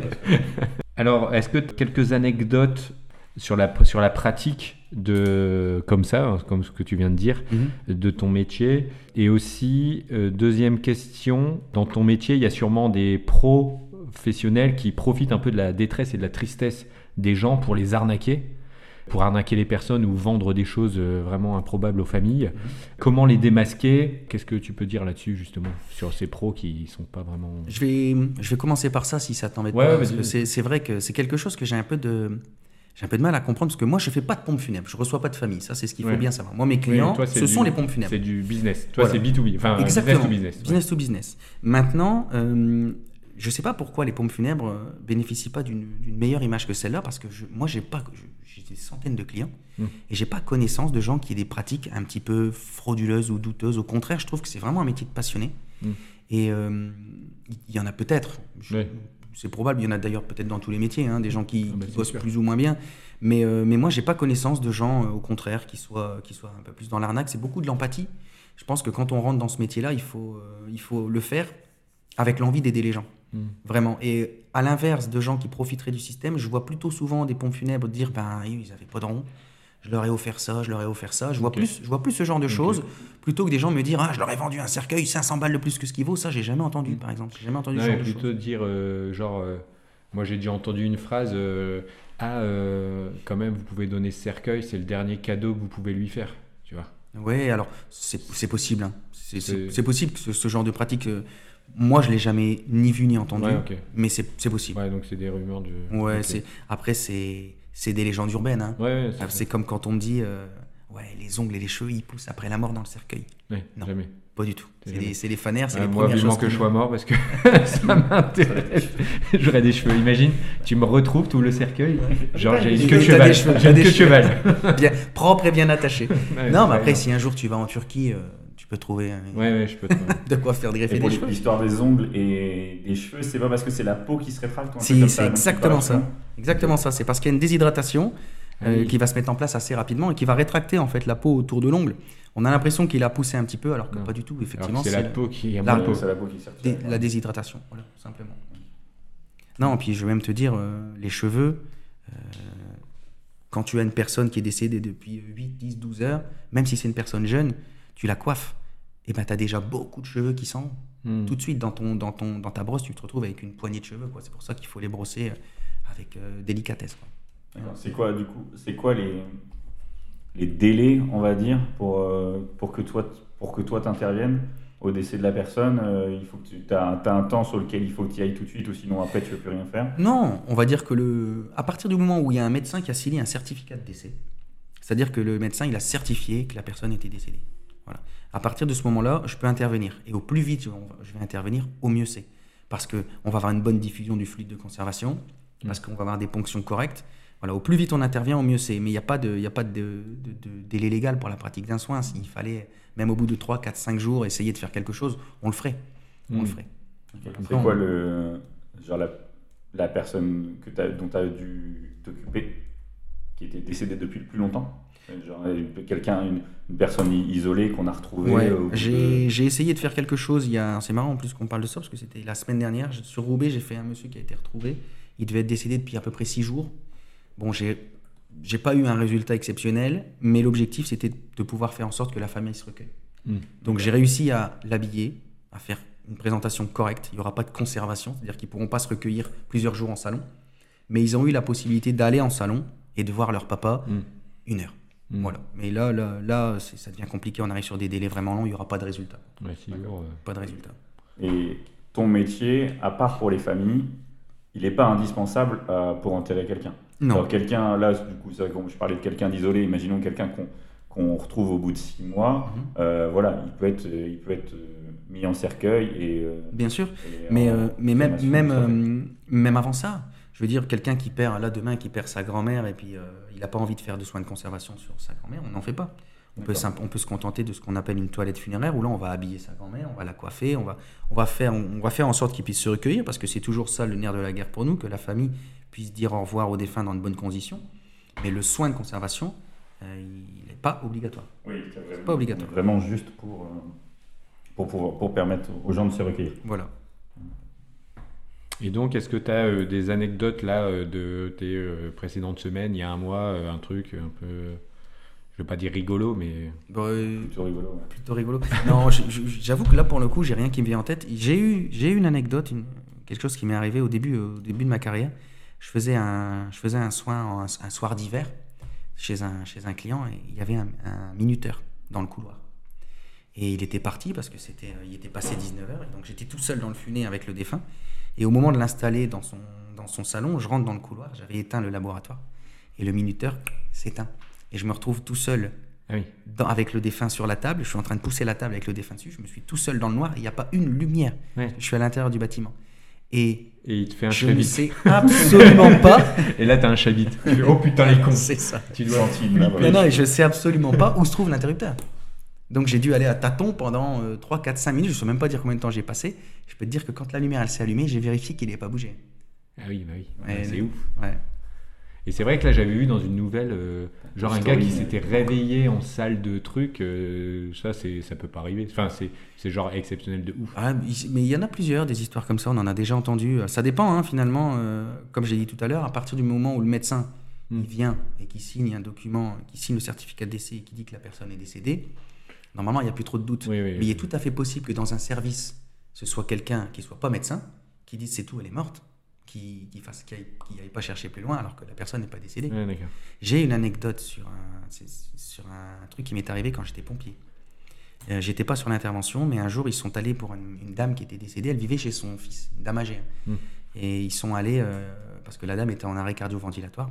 Alors, est-ce que tu as quelques anecdotes sur la, sur la pratique de, comme ça, hein, comme ce que tu viens de dire,
Mhm.
de ton métier? Et aussi, euh, deuxième question, dans ton métier, il y a sûrement des professionnels qui profitent un peu de la détresse et de la tristesse des gens pour les arnaquer, pour arnaquer les personnes ou vendre des choses euh, vraiment improbables aux familles. Comment les démasquer? Qu'est-ce que tu peux dire là-dessus, justement, sur ces pros qui sont pas vraiment...
Je vais, je vais commencer par ça si ça t'embête
Ouais,
pas.
ouais,
Parce
vas-y,
que
vas-y.
c'est, c'est vrai que c'est quelque chose que j'ai un peu de... J'ai un peu de mal à comprendre parce que moi, je fais pas de pompes funèbres. Je reçois pas de famille. Ça, c'est ce qu'il faut
Ouais.
bien savoir. Moi, mes
Oui,
clients,
toi, c'est
ce
du-
sont les pompes funèbres.
C'est du business. Toi,
Voilà.
c'est B to B. Enfin,
Exactement.
business to business. ouais.
Business to business. Maintenant, euh, je ne sais pas pourquoi les pompes funèbres euh, bénéficient pas d'une, d'une meilleure image que celle-là, parce que je, moi, j'ai pas, je- j'ai des centaines de clients
Mm.
et j'ai pas connaissance de gens qui aient des pratiques un petit peu frauduleuses ou douteuses. Au contraire, je trouve que c'est vraiment un métier de passionné.
Mm.
Et euh, il y en a peut-être. Je-
Ouais.
C'est probable. Il y en a d'ailleurs peut-être dans tous les métiers, hein, des gens qui,
Ah bah,
qui
c'est
bossent
sûr.
plus ou moins bien. Mais, euh, mais moi, j'ai pas connaissance de gens, euh, au contraire, qui soient, qui soient un peu plus dans l'arnaque. C'est beaucoup de l'empathie. Je pense que quand on rentre dans ce métier-là, il faut, euh, il faut le faire avec l'envie d'aider les gens.
Mm.
Vraiment. Et à l'inverse de gens qui profiteraient du système, je vois plutôt souvent des pompes funèbres dire ben ils n'avaient pas de rond, je leur ai offert ça, je leur ai offert ça. Je vois,
Ok.
plus, je vois plus ce genre de choses plutôt que des gens me dire ah, je leur ai vendu un cercueil cinq cents balles de plus que ce qu'il vaut. Ça, j'ai jamais entendu, par exemple. J'ai jamais entendu
Non,
ce
mais
genre de
plutôt
choses.
dire, euh, genre, euh, moi j'ai déjà entendu une phrase, euh, ah, euh, quand même, vous pouvez donner ce cercueil, c'est le dernier cadeau que vous pouvez lui faire, tu vois.
Oui, alors c'est c'est possible. hein. C'est c'est-
C'est-
c'est possible que ce, ce genre de pratique, euh, moi, je l'ai jamais ni vu ni entendu,
Ouais, ok.
mais c'est c'est possible.
Ouais, donc c'est des rumeurs de.
Ouais,
ok.
c'est après c'est c'est des légendes urbaines. Hein.
Ouais, ouais,
Ah,
c'est,
C'est comme quand on me dit euh, ouais, les ongles et les cheveux, ils poussent après la mort dans le cercueil.
ouais,
non.
jamais.
Pas du tout. C'est
Jamais.
les, c'est les fanères, c'est
Ah,
les
moi,
premières
vivement
choses
que
qu'on-
je sois mort parce que ça m'intéresse. J'aurais des cheveux. Imagine, tu me retrouves tout le cercueil. Genre, j'ai une
Et
queue de
t'as
cheval.
des cheveux,
J'ai
t'as
une
des
queue de
cheveux.
cheval.
bien propre et bien attaché.
Ouais,
non, mais
ouais,
après,
non.
si un jour tu vas en Turquie, euh, tu peux trouver euh,
Ouais, ouais, je peux te.
de quoi faire greffer
Et pour
des cheveux.
l'histoire des ongles et des cheveux, c'est pas parce que c'est la peau qui se rétracte ou un truc
Si,
comme
c'est
ça, donc
exactement
pas
ça.
forcément.
Exactement ça. C'est parce qu'il y a une déshydratation
Ah
euh,
oui.
qui va se mettre en place assez rapidement et qui va rétracter en fait la peau autour de l'ongle. On a l'impression qu'il a poussé un petit peu, alors que
Non.
pas du tout.
Alors
Effectivement,
que c'est la
la-
peau qui.
la
La
peau.
peau, c'est la peau qui se
dé-
rétracte.
la déshydratation, voilà, tout simplement. Non, puis je vais même te dire, euh, les cheveux, euh, quand tu as une personne qui est décédée depuis huit, dix, douze heures, même si c'est une personne jeune, tu la coiffes, et ben tu as déjà beaucoup de cheveux qui sont
Hmm.
tout de suite dans, ton, dans, ton, dans ta brosse, tu te retrouves avec une poignée de cheveux. Quoi. C'est pour ça qu'il faut les brosser euh, avec euh, délicatesse. Quoi.
D'accord. C'est quoi, du coup, c'est quoi les, les délais, on va dire, pour, euh, pour que toi, pour que toi t'interviennes? au décès de la personne, euh, il faut que tu as un temps sur lequel il faut que tu y ailles tout de suite, ou sinon après tu ne peux plus rien faire?
Non, on va dire que le, à partir du moment où il y a un médecin qui a signé un certificat de décès, c'est-à-dire que le médecin il a certifié que la personne était décédée. Voilà. À partir de ce moment-là, je peux intervenir. Et au plus vite je vais intervenir, au mieux c'est. Parce qu'on va avoir une bonne diffusion du fluide de conservation, parce qu'on va avoir des ponctions correctes. Voilà, au plus vite on intervient, au mieux c'est. Mais il n'y a pas de, y a pas de, de, de délai légal pour la pratique d'un soin. S'il fallait, même au bout de trois, quatre, cinq jours, essayer de faire quelque chose, on le ferait. On
mmh.
le ferait.
C'est quoi le, genre la, la personne que t'as, dont tu as dû t'occuper, qui était décédée depuis le plus longtemps? Genre quelqu'un, une, une personne isolée qu'on a retrouvée?
Ouais,
euh,
j'ai, j'ai essayé de faire quelque chose. Il y a, c'est marrant en plus qu'on parle de ça, parce que c'était la semaine dernière. Sur Roubaix, j'ai fait un monsieur qui a été retrouvé. Il devait être décédé depuis à peu près six jours. Bon, j'ai, j'ai pas eu un résultat exceptionnel, mais l'objectif, c'était de pouvoir faire en sorte que la famille se recueille. Mmh. Donc j'ai réussi à l'habiller, à faire une présentation correcte. Il n'y aura pas de conservation, c'est-à-dire qu'ils ne pourront pas se recueillir plusieurs jours en salon. Mais ils ont eu la possibilité d'aller en salon et de voir leur papa mmh. une heure. Mmh. Voilà. Mais là, là, là c'est, ça devient compliqué. On arrive sur des délais vraiment longs. Il n'y aura pas de résultat.
Ouais, six jours, euh...
Pas de résultat.
Et ton métier, à part pour les familles, il n'est pas indispensable euh, pour enterrer quelqu'un.
Non.
Alors, quelqu'un, là, du coup, ça, je parlais de quelqu'un d'isolé. Imaginons quelqu'un qu'on, qu'on retrouve au bout de six mois. Mmh. Euh, voilà, il peut être, il peut être mis en cercueil et. Euh,
Bien sûr.
Et
mais
en,
euh, mais même même euh, même avant ça. Je veux dire, quelqu'un qui perd, là demain, qui perd sa grand-mère et puis euh, il n'a pas envie de faire de soins de conservation sur sa grand-mère, on n'en fait pas. On peut, on peut se contenter de ce qu'on appelle une toilette funéraire où là on va habiller sa grand-mère, on va la coiffer, on va, on va, faire, on va faire en sorte qu'il puisse se recueillir, parce que c'est toujours ça le nerf de la guerre pour nous, que la famille puisse dire au revoir aux défunts dans de bonnes conditions. Mais le soin de conservation, euh, il n'est pas obligatoire.
Oui, c'est, vraiment,
c'est pas obligatoire.
Vraiment juste pour, euh, pour, pour, pour permettre aux gens de se recueillir.
Voilà.
Et donc, est-ce que tu as euh, des anecdotes là euh, de tes euh, précédentes semaines, il y a un mois, euh, un truc un peu, je veux pas dire rigolo, mais
bon, euh,
plutôt rigolo. Ouais.
Plutôt rigolo. Non, je, je, j'avoue que là pour le coup, j'ai rien qui me vient en tête. J'ai eu, j'ai eu une anecdote, une, quelque chose qui m'est arrivé au début, au début de ma carrière. Je faisais un, je faisais un soin un, un soir d'hiver chez un, chez un client et il y avait un, un minuteur dans le couloir. Et il était parti parce que c'était, il était passé dix-neuf heures. Et donc j'étais tout seul dans le funé avec le défunt. Et au moment de l'installer dans son, dans son salon, je rentre dans le couloir, j'avais éteint le laboratoire. Et le minuteur s'éteint. Et je me retrouve tout seul
ah oui.
dans, avec le défunt sur la table. Je suis en train de pousser la table avec le défunt dessus. Je me suis tout seul dans le noir. Il n'y a pas une lumière. Ouais. Je suis à l'intérieur du bâtiment. Et,
et il te fait un
je
chabit.
ne sais absolument pas.
Et là, tu as un chabit. Oh putain, les cons.
C'est ça.
Tu dois sentir.
Non, non, et je ne sais absolument pas où se trouve l'interrupteur. Donc j'ai dû aller à tâtons pendant euh, trois, quatre, cinq minutes. Je ne sais même pas dire combien de temps j'ai passé. Je peux te dire que quand la lumière elle s'est allumée, j'ai vérifié qu'il n'avait pas bougé.
Ah oui, bah oui.
Ouais,
ouais, c'est
euh,
ouf.
Ouais.
Et c'est vrai que là, j'avais vu dans une nouvelle, euh, genre un gars qui s'était réveillé en salle de trucs. Euh, ça, c'est, ça peut pas arriver. Enfin, c'est, c'est genre exceptionnel de ouf.
Ah, mais il y en a plusieurs, des histoires comme ça. On en a déjà entendu. Ça dépend, hein, finalement. Euh, comme j'ai dit tout à l'heure, à partir du moment où le médecin mm. il vient et qui signe un document, qui signe le certificat de décès et qui dit que la personne est décédée, normalement, il n'y a plus trop de doutes.
Oui, oui,
mais
oui.
il est tout à fait possible que dans un service, ce soit quelqu'un qui ne soit pas médecin, qui dise c'est tout, elle est morte, qui qui fasse, qui n'aille pas chercher plus loin alors que la personne n'est pas décédée.
Ouais, d'accord.
J'ai une anecdote sur un, c'est, sur un truc qui m'est arrivé quand j'étais pompier. Euh, j'étais pas sur l'intervention, mais un jour, ils sont allés pour une, une dame qui était décédée. Elle vivait chez son fils, une dame âgée. Mmh. Et ils sont allés, euh, parce que la dame était en arrêt cardio-ventilatoire.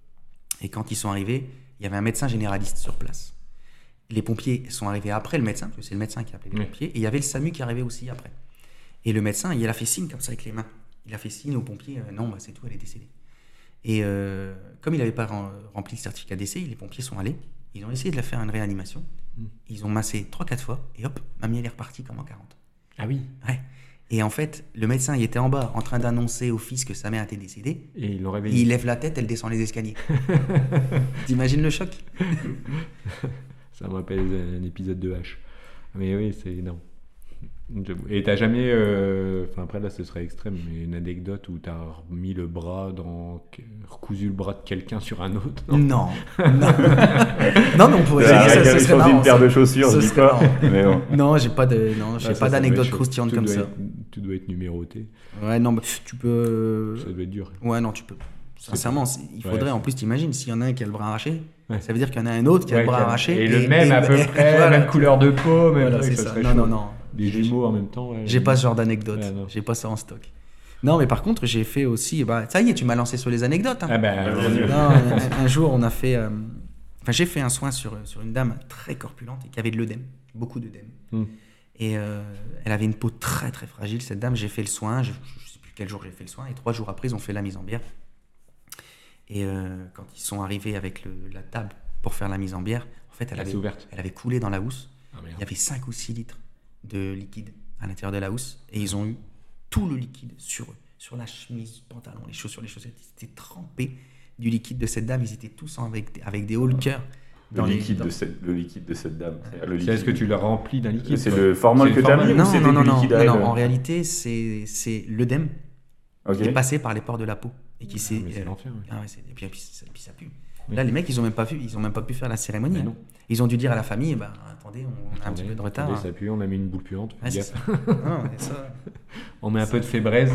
Et quand ils sont arrivés, il y avait un médecin généraliste sur place. Les pompiers sont arrivés après le médecin, parce que c'est le médecin qui a appelé les oui. pompiers, et il y avait le SAMU qui arrivait aussi après. Et le médecin, il a fait signe comme ça avec les mains. Il a fait signe aux pompiers, euh, non, bah, c'est tout, elle est décédée. Et euh, comme il n'avait pas rempli le certificat de décès, les pompiers sont allés, ils ont essayé de la faire une réanimation, mmh. ils ont massé trois quatre fois, et hop, mamie, elle est repartie comme en quarante.
Ah oui.
Ouais. Et en fait, le médecin, il était en bas, en train d'annoncer au fils que sa mère était décédée.
Et il l'ont réveillé.
Il lève la tête, elle descend les escaliers. T'imagines le choc?
Ça me rappelle un épisode de H. Mais oui, c'est énorme. Et t'as jamais, enfin euh, après là ce serait extrême, mais une anecdote où t'as remis le bras dans, recousu le bras de quelqu'un sur un autre?
Non, non, non, non mais on pourrait essayer, ça, ça serait marrant.
Une paire de chaussures, je dis pas. Mais bon.
Non, j'ai pas de, non, j'ai ah, pas d'anecdote croustillante comme ça.
Être, tu dois être numéroté.
Ouais, non, mais tu peux.
Ça doit être dur.
Ouais, non, tu peux. Sincèrement, il faudrait, ouais, en plus, t'imagines, s'il y en a un qui a le bras arraché,
ouais,
ça veut dire qu'il y en a un autre qui a, ouais, le bras arraché.
Et, et le même et, à peu près, voilà, même couleur de peau, même
voilà,
truc,
c'est
ça
ça. Non, non, non,
des
J'ai-
jumeaux en même temps. Ouais,
J'ai pas ce genre d'anecdote.
Ouais, non.
J'ai pas ça en stock. Non, mais par contre, j'ai fait aussi. Bah, ça y est, tu m'as lancé sur les anecdotes. Hein.
Ah bah,
Ouais,
vas-y.
vas-y.
Non, un, un jour, on a fait. euh, Enfin, j'ai fait un soin sur, sur une dame très corpulente et qui avait de l'œdème, beaucoup d'œdème.
Hmm.
Et euh, elle avait une peau très très fragile, cette dame. J'ai fait le soin, je ne sais plus quel jour j'ai fait le soin, et trois jours après, ils ont fait la mise en bière. Et euh, quand ils sont arrivés avec le, la table pour faire la mise en bière, en fait, elle,
Elle
avait,
s'est ouverte.
elle avait coulé dans la housse.
Ah, merde.
Il y avait cinq ou six litres de liquide à l'intérieur de la housse, et ils ont eu tout le liquide sur eux, sur la chemise, le pantalon, les chaussures, les chaussettes. Ils étaient trempés du liquide de cette dame. Ils étaient tous avec, avec des hauts le cœur.
Le
dans les-
liquide,
dans-
de cette, le liquide de cette dame. C'est, le
C'est est-ce que
liquide-
tu l'as rempli d'un liquide
C'est
quoi
le formol
C'est
que
le
tu as
formol.
mis ou
Non,
c'était
non, non,
du
non,
liquide
non,
à elle
non, en réalité, c'est, c'est l'œdème
Ok.
qui est passé par les pores de la peau et qui s'est.
Ah, mais c'est
euh,
l'enfer, ouais.
ah ouais, c'est- et puis, et puis ça, puis ça pue.
Oui.
Là, les mecs, ils ont même pas pu, ils ont même pas pu faire la cérémonie.
Mais
hein.
non.
Ils ont dû dire à la famille, bah, attendez, on a un
Attendez,
petit peu de retard.
attendez, ça pue, on a mis une boule puante.
Ouais, c'est
gaffe.
ça. Non, mais ça,
On met un peu de fébraise.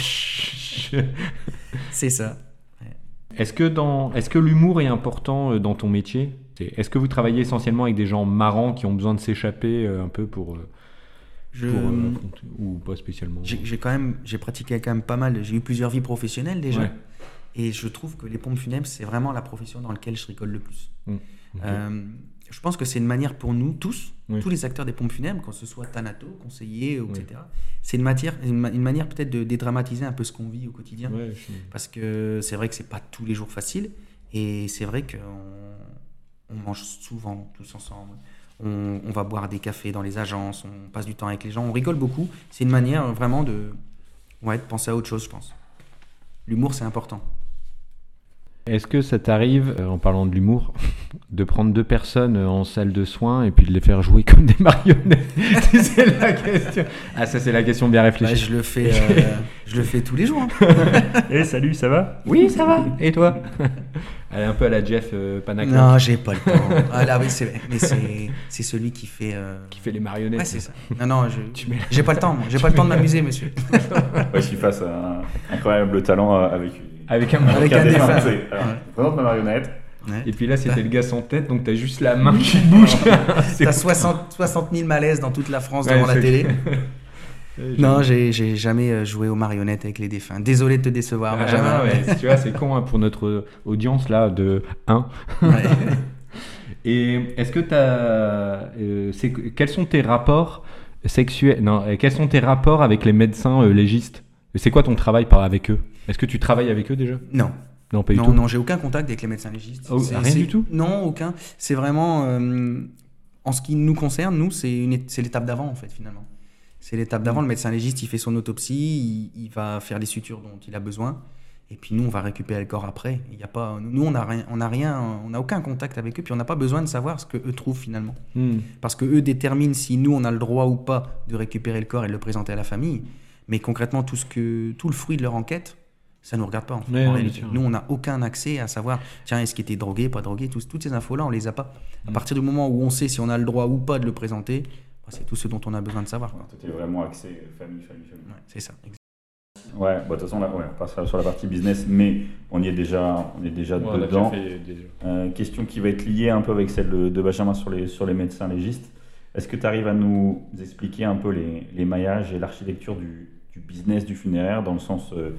c'est ça.
Est-ce que, dans, est-ce que l'humour est important euh, dans ton métier? C'est- Est-ce que vous travaillez essentiellement avec des gens marrants qui ont besoin de s'échapper euh, un peu pour, euh,
Je,
pour, euh, affronter- ou pas spécialement?
j'ai, j'ai quand même, j'ai pratiqué quand même pas mal. J'ai eu plusieurs vies professionnelles déjà.
Ouais.
Et je trouve que les pompes funèbres, c'est vraiment la profession dans laquelle je rigole le plus.
Mm. Ok.
Euh, je pense que c'est une manière pour nous tous,
Oui.
tous les acteurs des pompes funèbres, que ce soit thanato, conseiller,
Oui.
et cetera. C'est une, matière, une, ma- une manière peut-être de dédramatiser un peu ce qu'on vit au quotidien.
Ouais, je-
Parce que c'est vrai que c'est pas tous les jours facile. Et c'est vrai qu'on on mange souvent tous ensemble. On, on va boire des cafés dans les agences, on passe du temps avec les gens, on rigole beaucoup. C'est une manière euh, vraiment de, ouais, de penser à autre chose, je pense. L'humour, c'est important.
Est-ce que ça t'arrive, euh, en parlant de l'humour, de prendre deux personnes euh, en salle de soins et puis de les faire jouer comme des marionnettes? C'est la question. Ah, ça, c'est la question bien
Bah,
réfléchie.
je, le fais, euh, je le fais tous les jours. hein.
Eh, salut, ça va? Oui, ça va. Et toi? Elle est un peu à la Jeff euh, Panaclock,
Non, j'ai pas le temps. Ah là, oui, c'est, mais c'est, c'est celui qui fait. euh,
qui fait les marionnettes.
Ouais, c'est ça. Non, non, je,
Tu mets-
j'ai pas le temps. moi. J'ai pas le temps de m'amuser, monsieur.
Ouais, je face à un incroyable talent euh, avec,
Avec un
Avec un défunt.
tu sais. Alors,
Ouais.
je présente ma marionnette.
Ouais.
Et puis là, c'était le gars sans tête, donc t'as juste la main qui bouge. C'est
T'as soixante, soixante mille malaises dans toute la France
Ouais,
devant la
c'est-
télé.
Ouais,
Non, j'ai, j'ai jamais euh, joué aux marionnettes avec les défunts. Désolé de te décevoir,
Ah,
Benjamin.
ouais, tu vois, c'est con hein, pour notre audience là de un.
Ouais.
Et est-ce que tu as. quels sont tes rapports sexuels. Non, euh, quels sont tes rapports avec les médecins euh, légistes? C'est quoi ton travail par, avec eux? Est-ce que tu travailles avec eux déjà?
Non,
Non, pas du
non,
tout.
non, j'ai aucun contact avec les médecins légistes.
Oh,
C'est-
rien
c'est-
du tout?
Non, aucun. C'est vraiment, euh, en ce qui nous concerne, nous, c'est, une, é- c'est l'étape d'avant en fait finalement. C'est l'étape d'avant. Le médecin légiste, il fait son autopsie, il, il va faire les sutures dont il a besoin, et puis nous, on va récupérer le corps après. Il y a pas, nous, on n'a rien, on n'a rien, on n'a aucun contact avec eux, puis on n'a pas besoin de savoir ce que eux trouvent finalement.
Hmm.
Parce que eux déterminent si nous on a le droit ou pas de récupérer le corps et de le présenter à la famille. Mais concrètement, tout, ce que, tout le fruit de leur enquête, ça ne nous regarde pas. En, fait,
Ouais,
en
non,
réalité.
bien sûr.
Nous, on n'a aucun accès à savoir, tiens, est-ce qu'il était drogué, pas drogué, tous- toutes ces infos-là, on les a pas. À
Mm.
partir du moment où on sait si on a le droit ou pas de le présenter, bah, c'est tout ce dont on a besoin de savoir. quoi.
Toi, t'es vraiment axé euh, famille, famille, famille.
Ouais, c'est ça.
Ouais, bah, de toute façon, là, ouais, on passera sur la partie business, mais on y est déjà, on est déjà
Ouais, on a déjà
dedans.
fait déjà.
Euh, question qui va être liée un peu avec celle de, de Benjamin sur les, sur les médecins légistes. Est-ce que tu arrives à nous expliquer un peu les, les maillages et l'architecture du, du business du funéraire, dans le sens, euh,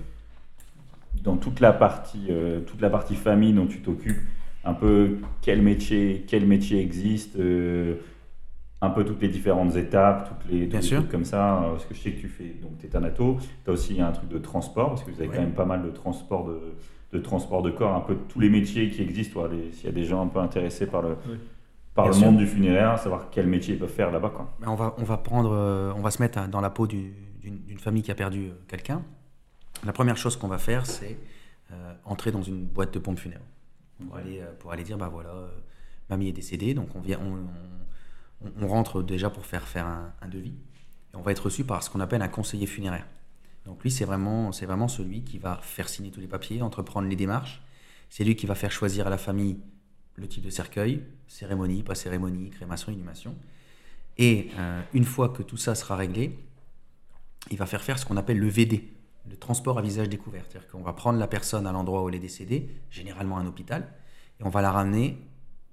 dans toute la partie, euh, toute la partie famille dont tu t'occupes, un peu quel métier, quel métier existe, euh, un peu toutes les différentes étapes, toutes les, tous
Bien
les
sûr.
trucs comme ça, euh, parce que je sais que tu fais, donc tu es thanato, tu as aussi un truc de transport, parce que vous avez
Ouais.
quand même pas mal de transport de, de transport de corps, un peu tous les métiers qui existent, voilà, les- s'il y a des gens un peu intéressés par le,
Oui.
par
Bien
le
sûr.
monde du funéraire, savoir quel métier ils peuvent faire là-bas, quoi.
Ben, on, va, on va prendre, euh, on va se mettre à- dans la peau du- d'une, d'une famille qui a perdu euh, quelqu'un. La première chose qu'on va faire, c'est euh, entrer dans une boîte de pompes funèbres pour aller, euh, pour aller dire, bah voilà, euh, mamie est décédée, donc on, vient, on, on- on rentre déjà pour faire faire un, un devis. Et on va être reçu par ce qu'on appelle un conseiller funéraire. Donc lui, c'est vraiment, c'est vraiment celui qui va faire signer tous les papiers, entreprendre les démarches. C'est lui qui va faire choisir à la famille le type de cercueil, cérémonie, pas cérémonie, crémation, inhumation. Et euh, une fois que tout ça sera réglé, il va faire faire ce qu'on appelle le V D, le transport à visage découvert. C'est-à-dire qu'on va prendre la personne à l'endroit où elle est décédée, généralement un hôpital, et on va la ramener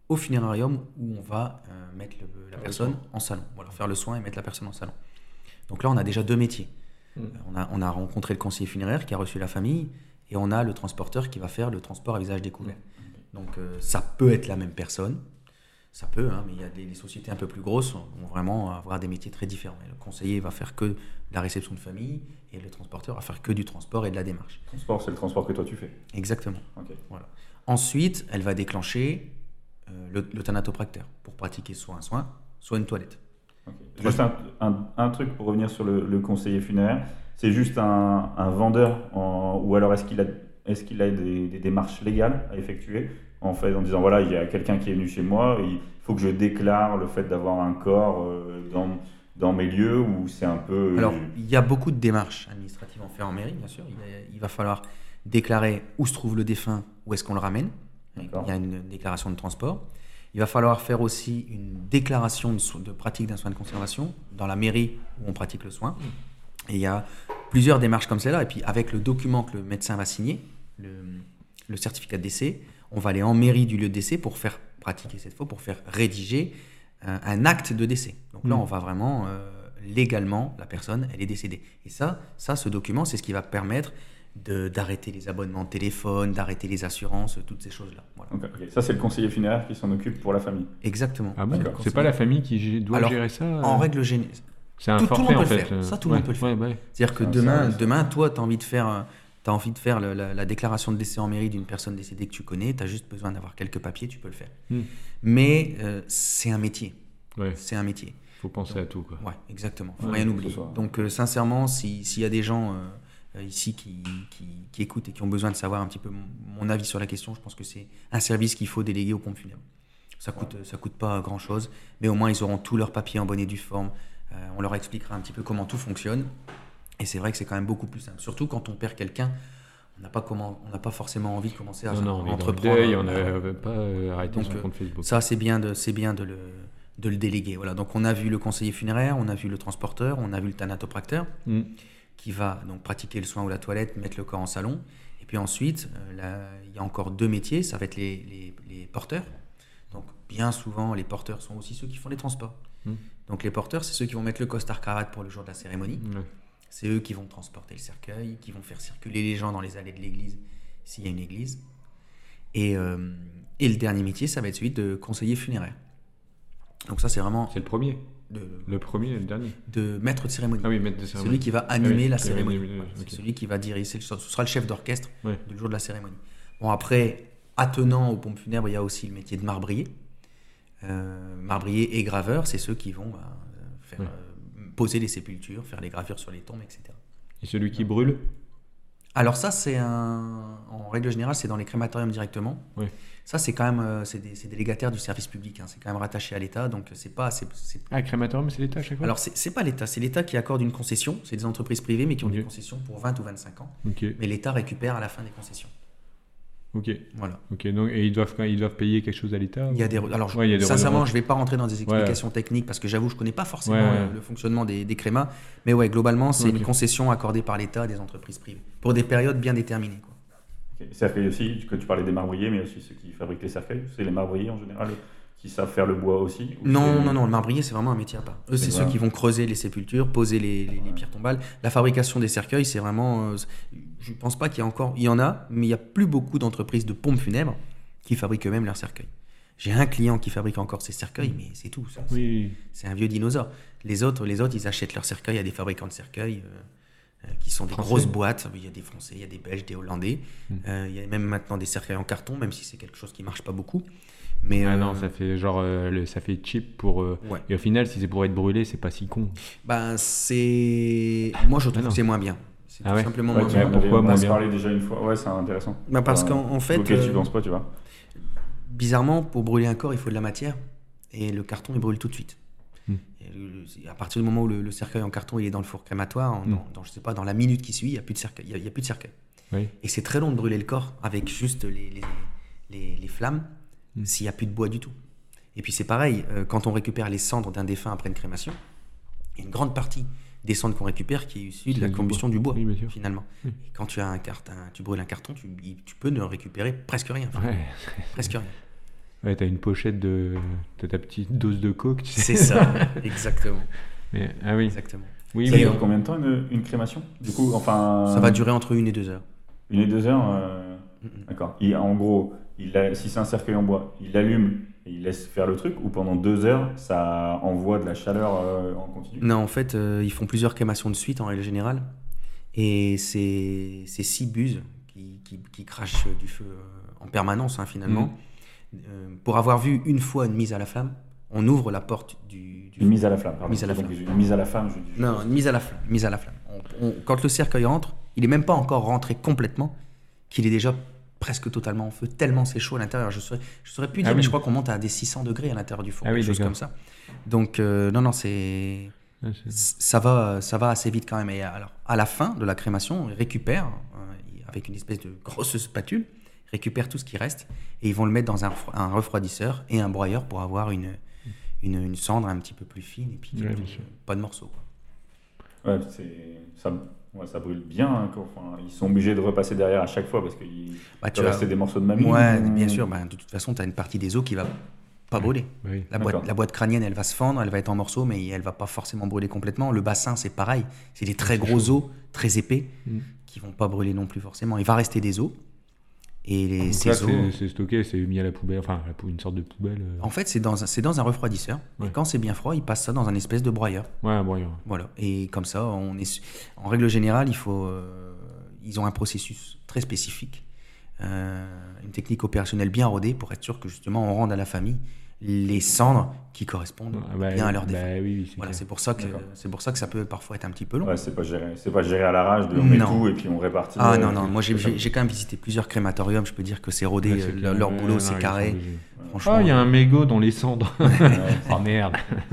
au funérarium où on va euh, mettre le- la personne en salon. Voilà, faire le soin et mettre la personne en salon. Donc là, on a déjà deux métiers.
Mm.
Euh, On a, on a rencontré le conseiller funéraire qui a reçu la famille et on a le transporteur qui va faire le transport à visage découvert. Donc euh, ça peut être la même personne, ça peut, hein, mais il y a des les sociétés un peu plus grosses vont vraiment avoir des métiers très différents. Et le conseiller va faire que de la réception de famille et le transporteur va faire que du transport et de la démarche.
Transport, c'est le transport que toi tu fais.
Exactement.
Ok.
Voilà. Ensuite, elle va déclencher euh, le, le thanatopracteur pour pratiquer soit un soin, soit une toilette.
Ok. Juste un, un- un truc pour revenir sur le, le conseiller funéraire, c'est juste un, un vendeur en- ou alors est-ce qu'il a, est-ce qu'il a des, des démarches légales à effectuer en fait en disant voilà il y a quelqu'un qui est venu chez moi, il faut que je déclare le fait d'avoir un corps euh, dans, dans mes lieux ou c'est un peu...
Alors, il y a beaucoup de démarches administratives à faire en mairie, bien sûr. Il, y a- il va falloir déclarer où se trouve le défunt, où est-ce qu'on le ramène.
D'accord.
Il y a une déclaration de transport. Il va falloir faire aussi une déclaration de, so- de pratique d'un soin de conservation dans la mairie où on pratique le soin. Et il y a plusieurs démarches comme celle-là. Et puis, avec le document que le médecin va signer, le, le certificat de décès, on va aller en mairie du lieu de décès pour faire pratiquer cette fois, pour faire rédiger un, un acte de décès. Donc là,
Mm.
on va vraiment, euh, légalement, la personne, elle est décédée. Et ça, ça ce document, c'est ce qui va permettre de- d'arrêter les abonnements de téléphone, d'arrêter les assurances, toutes ces choses-là. Voilà.
Ok, ok. Ça c'est le conseiller funéraire qui s'en occupe pour la famille.
Exactement.
Ah bon,
D'accord.
c'est pas la famille qui gé- doit
Alors,
gérer ça euh
En règle générale,
C'est un
tout- tout le
forfait
monde
en
peut le
fait.
faire.
euh,
Ça, tout le monde
ouais,
peut le faire.
ouais, ouais.
c'est-à-dire que
C'est un
demain,
service.
demain, toi, tu as envie de faire, euh, t'as envie de faire le- la, la déclaration de décès en mairie d'une personne décédée que tu connais, tu as juste besoin d'avoir quelques papiers, tu peux le faire.
Hmm.
Mais euh, c'est un métier.
Ouais,
C'est un métier.
faut penser à tout quoi.
Ouais, exactement. Faut
Ouais,
rien
que
oublier.
ce soit-
Donc, euh, sincèrement, si- s'il y a des gens euh, euh, ici qui, qui, qui écoutent et qui ont besoin de savoir un petit peu mon, mon avis sur la question, je pense que c'est un service qu'il faut déléguer aux pompes funèbres. Ça coûte, euh, ça coûte pas grand-chose, mais au moins ils auront tous leurs papiers en bonne et due forme. Euh, on leur expliquera un petit peu comment tout fonctionne. Et c'est vrai que c'est quand même beaucoup plus simple. Surtout quand on perd quelqu'un, on n'a pas, comment, on n'a pas forcément envie de commencer à
Non, non, on est dans le
entreprendre.
deuil, on
euh,
n'a pas euh, arrêté
donc,
son
euh,
compte Facebook.
Ça, c'est bien, de, c'est bien de, le, de le déléguer. Voilà. Donc, on a vu le conseiller funéraire, on a vu le transporteur, on a vu le thanatopracteur
Hmm.
qui va donc pratiquer le soin ou la toilette, mettre le corps en salon. Et puis ensuite, euh, là, il y a encore deux métiers, ça va être les, les, les porteurs. Donc, bien souvent, les porteurs sont aussi ceux qui font les transports.
Hmm.
Donc, les porteurs, c'est ceux qui vont mettre le costard-cravate pour le jour de la cérémonie.
Ouais.
C'est eux qui vont transporter le cercueil, qui vont faire circuler les gens dans les allées de l'église, s'il y a une église. Et, euh, et le dernier métier, ça va être celui de conseiller funéraire. Donc ça, c'est vraiment
C'est le premier.
de,
Le premier et le dernier.
de maître de cérémonie.
Ah oui, maître de
Celui
cérémonie.
qui va animer
oui,
la
oui,
cérémonie.
oui, oui, oui,
Voilà,
ok.
C'est celui qui va diriger, c'est- ce sera le chef d'orchestre
Ouais.
du jour de la cérémonie. Bon, après, attenant aux pompes funèbres, il y a aussi le métier de marbrier. Euh, marbrier et graveur, c'est ceux qui vont bah, faire,
Ouais.
euh, poser les sépultures, faire les gravures sur les tombes, et cetera.
Et celui qui brûle
Alors ça, c'est un... En règle générale, c'est dans les crématoriums directement.
Oui.
Ça, c'est quand même... euh, c'est des, c'est des légataires du service public. hein. C'est quand même rattaché à l'État. Donc, c'est pas... c'est- c'est-
Ah, crématorium, c'est l'État à chaque fois.
Alors, c'est c'est pas l'État. C'est l'État qui accorde une concession. C'est des entreprises privées, mais qui ont
Ok.
des concessions pour vingt ou vingt-cinq ans.
Ok,
Mais l'État récupère à la fin des concessions.
ok,
Voilà.
ok. Donc, et ils doivent, ils doivent payer quelque chose à l'État
Il y a
ou-
des... Alors, je-
Ouais, il y a des
sincèrement,
redevances.
je vais pas rentrer dans des explications techniques parce que j'avoue, je connais pas forcément
Ouais, ouais.
le, le fonctionnement des, des crémas. Mais ouais, globalement, c'est
Ok.
une concession accordée par l'État à des entreprises privées pour des périodes bien déterminées. Quoi.
Ok. Cercueil aussi, que tu parlais des marbriers, mais aussi ceux qui fabriquent les cercueils. C'est les marbriers en général qui savent faire le bois aussi ou
Non,
c'est-
non, non, le marbrier, c'est vraiment un métier à part. Eux, c'est
C'est
ceux
vrai.
qui vont creuser les sépultures, poser les, les- les pierres tombales. La fabrication des cercueils, c'est vraiment... euh, je ne pense pas qu'il y a encore... Il y en a, mais il n'y a plus beaucoup d'entreprises de pompes funèbres qui fabriquent eux-mêmes leurs cercueils. J'ai un client qui fabrique encore ses cercueils, mais c'est tout. ça.
Oui,
C'est un vieux dinosaure. Les autres, les autres, ils achètent leurs cercueils à des fabricants de cercueils euh, euh, qui sont des
Français.
grosses boîtes. Il y a des Français, il y a des Belges, des Hollandais.
Mm.
Euh, il y a même maintenant des cercueils en carton, même si c'est quelque chose qui marche pas beaucoup. Mais
ah
euh,
non, ça fait genre, euh, le- ça fait cheap pour. euh,
ouais.
Et au final, si c'est pour être brûlé, c'est pas si con.
Ben, c'est. Moi, je trouve
Ah non.
que c'est moins bien. C'est
Ah
tout
ouais.
simplement
Ouais,
moins
tu
bien.
m'en
Pourquoi
avais- on
moins
a
bien
parlé déjà une fois. Ouais, c'est intéressant.
Ben, parce
Enfin,
qu'en en fait,
auquel tu
euh,
penses pas, tu vois.
bizarrement, pour brûler un corps, il faut de la matière. Et le carton, il brûle tout de suite.
Hmm.
Et le- le- à partir du moment où le, le cercueil en carton il est dans le four crématoire, en-
Hmm.
dans, dans, je sais pas, dans la minute qui suit, il n'y a plus de cercueil. Il y a- il y a plus de cercueil.
Oui.
Et c'est très long de brûler le corps avec juste les, les, les, les flammes
Mm.
s'il n'y a plus de bois du tout. Et puis c'est pareil, euh, quand on récupère les cendres d'un défunt après une crémation, il y a une grande partie des cendres qu'on récupère qui est issue de
C'est
la
du
combustion du bois,
Oui, bien sûr.
finalement.
Mm.
Et quand tu as un carton, tu brûles un carton, tu, il- tu peux ne récupérer presque rien.
Ouais.
Presque rien.
Ouais, t'as une pochette de... T'as ta petite dose de coke, tu sais.
C'est ça, exactement.
Mais, ah oui.
exactement.
Oui,
Ça
oui.
dure
on-
combien de temps une, une crémation Du coup, enfin.
Ça va durer entre une et deux heures.
Une et deux heures. euh, D'accord. Et en gros, il a- si c'est un cercueil en bois, il l'allume et il laisse faire le truc, ou pendant deux heures, ça envoie de la chaleur euh, en continu.
Non, en fait, euh, ils font plusieurs crémations de suite en règle générale. Et c'est c'est six buses qui, qui, qui crachent du feu euh, en permanence, hein, finalement. Euh, pour avoir vu une fois une mise à la flamme, on ouvre la porte du. du
Une mise à la flamme. Pardon.
Mise à la
Donc,
flamme.
Une mise à la flamme. Je, je-
Non, une mise à la flamme. Mise à la flamme. On- on- quand le cercueil rentre, il n'est même pas encore rentré complètement, qu'il est déjà presque totalement en feu, tellement c'est chaud à l'intérieur. Je ne saurais, je saurais plus
Ah
dire, mais
oui.
je crois qu'on monte à des six cents degrés à l'intérieur du four,
Ah oui,
quelque chose
d'accord.
comme ça. Donc, euh, non, non, c'est.
Ah, c'est-
Ça va, ça va assez vite quand même. Et alors, à la fin de la crémation, ils récupèrent, euh, avec une espèce de grosse spatule, ils récupèrent tout ce qui reste et ils vont le mettre dans un, refro- un refroidisseur et un broyeur pour avoir une, une, une cendre un petit peu plus fine et puis
Ouais,
euh,
bien sûr.
pas de morceaux, quoi.
Ouais, c'est, ça, ouais, ça brûle bien. hein, quoi. Enfin, ils sont obligés de repasser derrière à chaque fois parce qu'il
Bah, tu
peut
as-
rester des morceaux de mamie.
Ouais,
ou-
bien sûr. Bah, de toute façon, tu as une partie des os qui va pas brûler.
bah oui.
La boîte,
D'accord.
la boîte crânienne, elle va se fendre, elle va être en morceaux, mais elle va pas forcément brûler complètement. Le bassin, c'est pareil. C'est des très gros os, très épais,
Mm.
qui vont pas brûler non plus forcément. Il va rester des os. Et les,
Donc
ces
là,
os,
c'est, c'est stocké, c'est mis à la poubelle, enfin, la pou- une sorte de poubelle. euh.
en fait, c'est dans, un- c'est dans un refroidisseur.
Ouais.
Et quand c'est bien froid, ils passent ça dans un espèce de broyeur.
Ouais, un broyeur.
Voilà. Et comme ça, on est su- en règle générale, il faut, euh, ils ont un processus très spécifique, euh, une technique opérationnelle bien rodée pour être sûr que justement on rende à la famille les cendres qui correspondent
Ah, bah,
bien à leur
bah
défaut.
oui, oui, c'est
Voilà,
clair.
c'est pour ça que
D'accord.
c'est pour ça que ça peut parfois être un petit peu long.
Ouais, c'est pas géré, c'est pas géré à l'arrache de on met
Non.
tout et puis on répartit.
Ah
euh,
non
tout.
non, moi j'ai,
C'est ça.
j'ai, j'ai quand même visité plusieurs crématoriums. Je peux dire que c'est rodé,
Ouais, c'est
euh,
clair.
leur
Ouais,
boulot
non,
c'est
ils
carré.
sont obligés.
Franchement,
Ah, il y a un mégot dans les cendres.
Ouais.
Oh merde.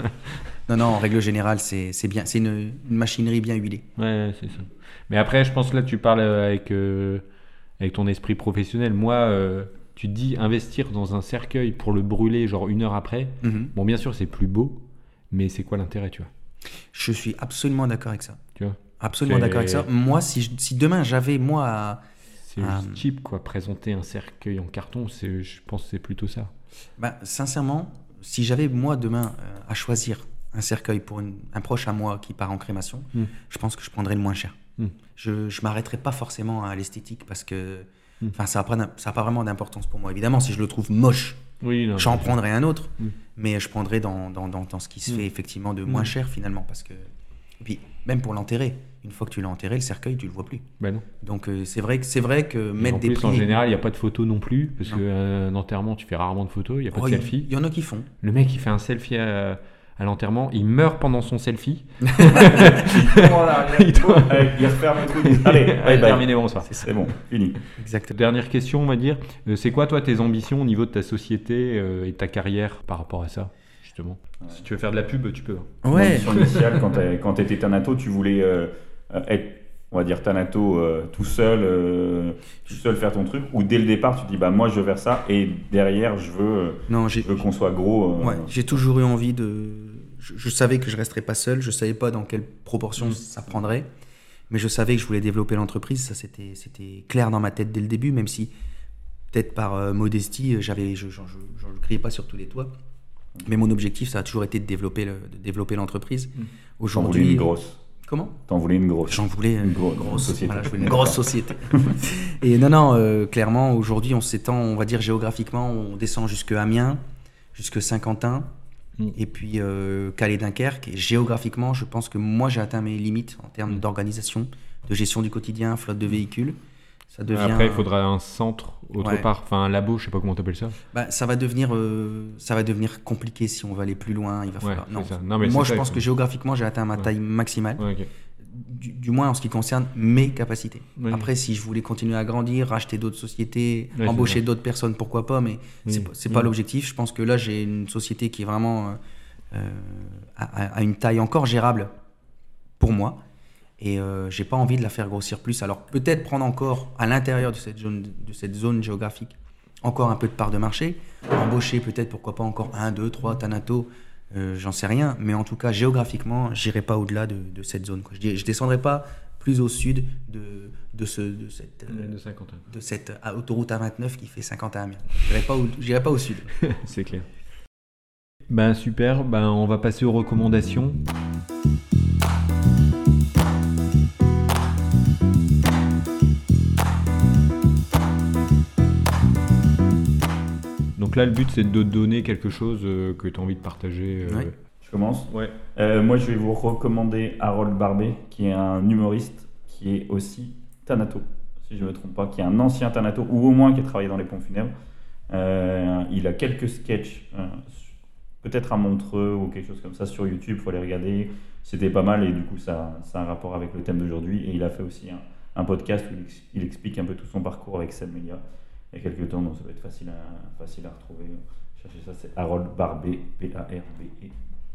non non, en règle générale c'est, c'est bien, c'est une, une machinerie bien huilée.
Ouais, c'est ça. Mais après, je pense que là, tu parles euh, avec, euh, avec ton esprit professionnel. Moi, euh, tu te dis investir dans un cercueil pour le brûler, genre une heure après.
Mhm.
Bon, bien sûr, c'est plus beau, mais c'est quoi l'intérêt, tu vois
Je suis absolument d'accord avec ça.
Tu vois
Absolument
C'est-
d'accord avec ça. Moi, si, je- si demain j'avais moi à,
C'est
Ah.
juste cheap, quoi. Présenter un cercueil en carton, c'est, je pense que c'est plutôt ça.
ben, sincèrement, si j'avais moi demain euh, à choisir un cercueil pour une- un proche à moi qui part en crémation,
Mm.
je pense que je prendrais le moins cher.
Mm.
Je ne m'arrêterais pas forcément à l'esthétique parce que
Mm.
enfin, ça n'a pas, d'im- ça a pas vraiment d'importance pour moi. Évidemment, si je le trouve moche,
Oui, non.
j'en prendrais un autre,
Mm.
mais je prendrais dans, dans, dans, dans ce qui se
Mm.
fait effectivement de moins
Mm.
cher finalement. Parce que... Et puis, même pour l'enterrer, une fois que tu l'as enterré, le cercueil, tu le vois plus.
Bah non.
Donc euh, c'est vrai que c'est vrai que
Et
mettre
en
des
plus,
prix.
en général, il n'y a pas de photos non plus, parce
Non.
qu'un enterrement, tu fais rarement de photos, il n'y a pas
Oh,
de
il
selfie.
il y en a qui font.
Le mec, il fait un selfie à, à l'enterrement, il meurt pendant son selfie.
il,
doit-
il referme le truc. Allez, bye
Allez,
bye.
terminé, bonsoir.
C'est bon, fini.
Exactement.
Dernière question, on va dire. Euh, c'est quoi, toi, tes ambitions au niveau de ta société euh, et ta carrière par rapport à ça, justement Si tu veux faire de la pub, tu peux. hein.
Ouais.
L'ambition initiale, quand t'es- quand tu étais Thanato, tu voulais euh, euh, être, on va dire, Thanato euh, tout seul, euh, tout seul faire ton truc, ou dès le départ, tu te dis, bah moi je veux faire ça, et derrière, je veux, euh,
Non,
je
j'ai
veux qu'on soit gros. euh,
ouais, j'ai toujours eu envie de. Je, je savais que je resterais pas seul. Je savais pas dans quelle proportion ça prendrait, mais je savais que je voulais développer l'entreprise. Ça, c'était c'était clair dans ma tête dès le début, même si peut-être par euh, modestie, j'avais, je, je, je, je le criais pas sur tous les toits. Mais mon objectif, ça a toujours été de développer, le, de développer l'entreprise.
T'en voulais
Aujourd'hui,
une grosse.
comment
T'en voulais une grosse.
J'en voulais une
Une gro-
grosse,
grosse société.
voilà, je voulais une grosse société. Et non, non, euh, clairement, aujourd'hui, on s'étend, on va dire géographiquement, on descend jusque Amiens, jusque Saint-Quentin,
Mm.
et puis euh, Calais-Dunkerque. Et géographiquement, je pense que moi, j'ai atteint mes limites en termes
Mm.
d'organisation, de gestion du quotidien, flotte de véhicules. Ça devient.
Après, il faudra un centre autre
Ouais.
part, enfin un labo, je sais pas comment t'appelles ça.
Bah, ça va devenir, euh, ça va devenir compliqué si on veut aller plus loin. Il va
Ouais,
falloir.
c'est
Non.
ça. Non, mais
moi,
c'est
je
ça, il
pense
faut-
que géographiquement, j'ai atteint ma
Ouais.
taille maximale.
Ouais, ok.
Du, du moins en ce qui concerne mes capacités.
Oui.
Après, si je voulais continuer à grandir, racheter d'autres sociétés,
Ouais, c'est
embaucher
ça.
d'autres personnes, pourquoi pas, mais
Oui.
c'est pas- c'est pas
Oui.
l'objectif. Je pense que là, j'ai une société qui est vraiment euh, euh, à, à- à une taille encore gérable pour moi. Et euh, j'ai pas envie de la faire grossir plus. Alors peut-être prendre encore à l'intérieur de cette zone, de cette zone géographique encore un peu de part de marché, embaucher peut-être pourquoi pas encore un, deux, trois Thanato, euh, j'en sais rien. Mais en tout cas géographiquement, j'irai pas au-delà de, de cette zone, quoi. Je, dis- je descendrai pas plus au sud de, de, ce, de cette, euh,
De Saint-Quentin.
de cette euh, autoroute A vingt-neuf qui fait cinquante à Amiens. Je n'irai pas, au- j'irai pas au sud.
C'est clair. Ben super, ben on va passer aux recommandations. Donc là, le but, c'est de te donner quelque chose euh, que tu as envie de partager. euh,
Ouais.
Je commence.
Ouais.
Euh, moi, je vais vous recommander Harold Barbet, qui est un humoriste qui est aussi Thanato, si je ne me trompe pas, qui est un ancien Thanato, ou au moins qui a travaillé dans les pompes funèbres. Euh, il a quelques sketchs, euh, peut-être à Montreux ou quelque chose comme ça sur YouTube, il faut les regarder. C'était pas mal et du coup, ça, ça a un rapport avec le thème d'aujourd'hui. Et il a fait aussi un, un podcast où il, ex- il explique un peu tout son parcours avec Seb Melia il y a quelques temps, donc ça va être facile à, facile à retrouver. Cherchez ça, c'est Harold Barbet, P A R B E.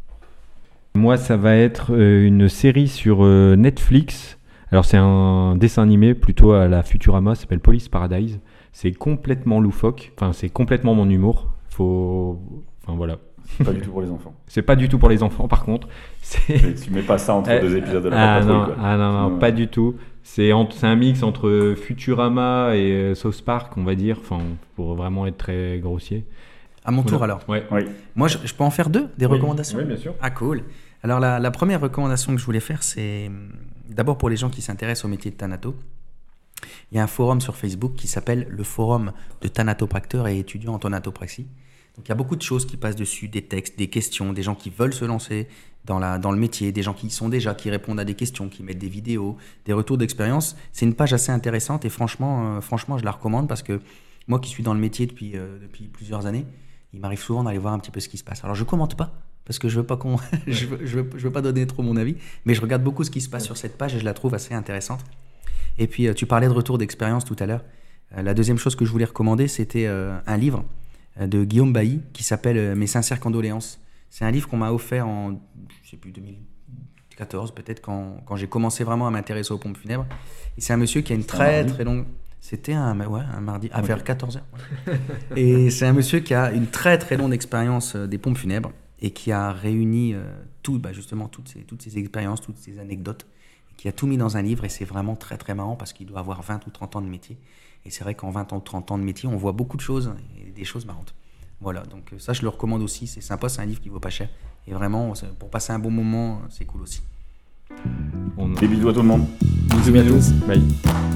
Moi, ça va être euh, une série sur euh, Netflix. Alors, c'est un dessin animé plutôt à la Futurama, ça s'appelle Police Paradise. C'est complètement loufoque. Enfin, c'est complètement mon humour. Faut... Enfin, voilà.
C'est pas du tout pour les enfants.
C'est pas du tout pour les enfants, par contre. C'est...
Mais tu mets pas ça entre deux épisodes de la
ah,
Patrouille,
non,
quoi.
ah non, non,
Ouais.
pas du tout. C'est, entre- c'est un mix entre Futurama et euh, South Park, on va dire. Enfin, pour vraiment être très grossier.
À mon tour
Voilà.
alors.
Ouais.
Oui.
Moi, je, je peux en faire deux, des recommandations.
Oui, bien sûr.
Ah cool. Alors la, la première recommandation que je voulais faire, c'est hum, d'abord pour les gens qui s'intéressent au métier de Thanato. Il y a un forum sur Facebook qui s'appelle le forum de thanatopracteurs et étudiants en thanatopraxie. Donc il y a beaucoup de choses qui passent dessus, des textes, des questions, des gens qui veulent se lancer dans, la, dans le métier, des gens qui y sont déjà, qui répondent à des questions, qui mettent des vidéos, des retours d'expérience. C'est une page assez intéressante et franchement, euh, franchement je la recommande parce que moi qui suis dans le métier depuis, euh, depuis plusieurs années, il m'arrive souvent d'aller voir un petit peu ce qui se passe. Alors je commente pas parce que je veux pas qu'on, je veux, je veux, je veux pas donner trop mon avis, mais je regarde beaucoup ce qui se passe sur cette page et je la trouve assez intéressante. Et puis euh, tu parlais de retour d'expérience tout à l'heure. Euh, la deuxième chose que je voulais recommander, c'était euh, un livre euh, de Guillaume Bailly qui s'appelle euh, Mes sincères condoléances. C'est un livre qu'on m'a offert en, je sais plus, deux mille quatorze peut-être quand, quand j'ai commencé vraiment à m'intéresser aux pompes funèbres. Et c'est un monsieur qui a une
C'était un
très
mardi
très longue. C'était un, ouais, un mardi, à
Ok.
vers quatorze heures. Et c'est un monsieur qui a une très très longue expérience euh, des pompes funèbres et qui a réuni euh, tout, bah, justement toutes ces, toutes ces expériences, toutes ces anecdotes, et qui a tout mis dans un livre. Et c'est vraiment très très marrant parce qu'il doit avoir vingt ou trente ans de métier. Et c'est vrai qu'en vingt ou trente ans de métier, on voit beaucoup de choses et des choses marrantes. Voilà, donc euh, ça je le recommande aussi, c'est sympa, c'est un livre qui vaut pas cher. Et vraiment, c'est- pour passer un bon moment, c'est cool aussi.
On...
Des bisous à tout le monde.
Bisous, bisous. Bye.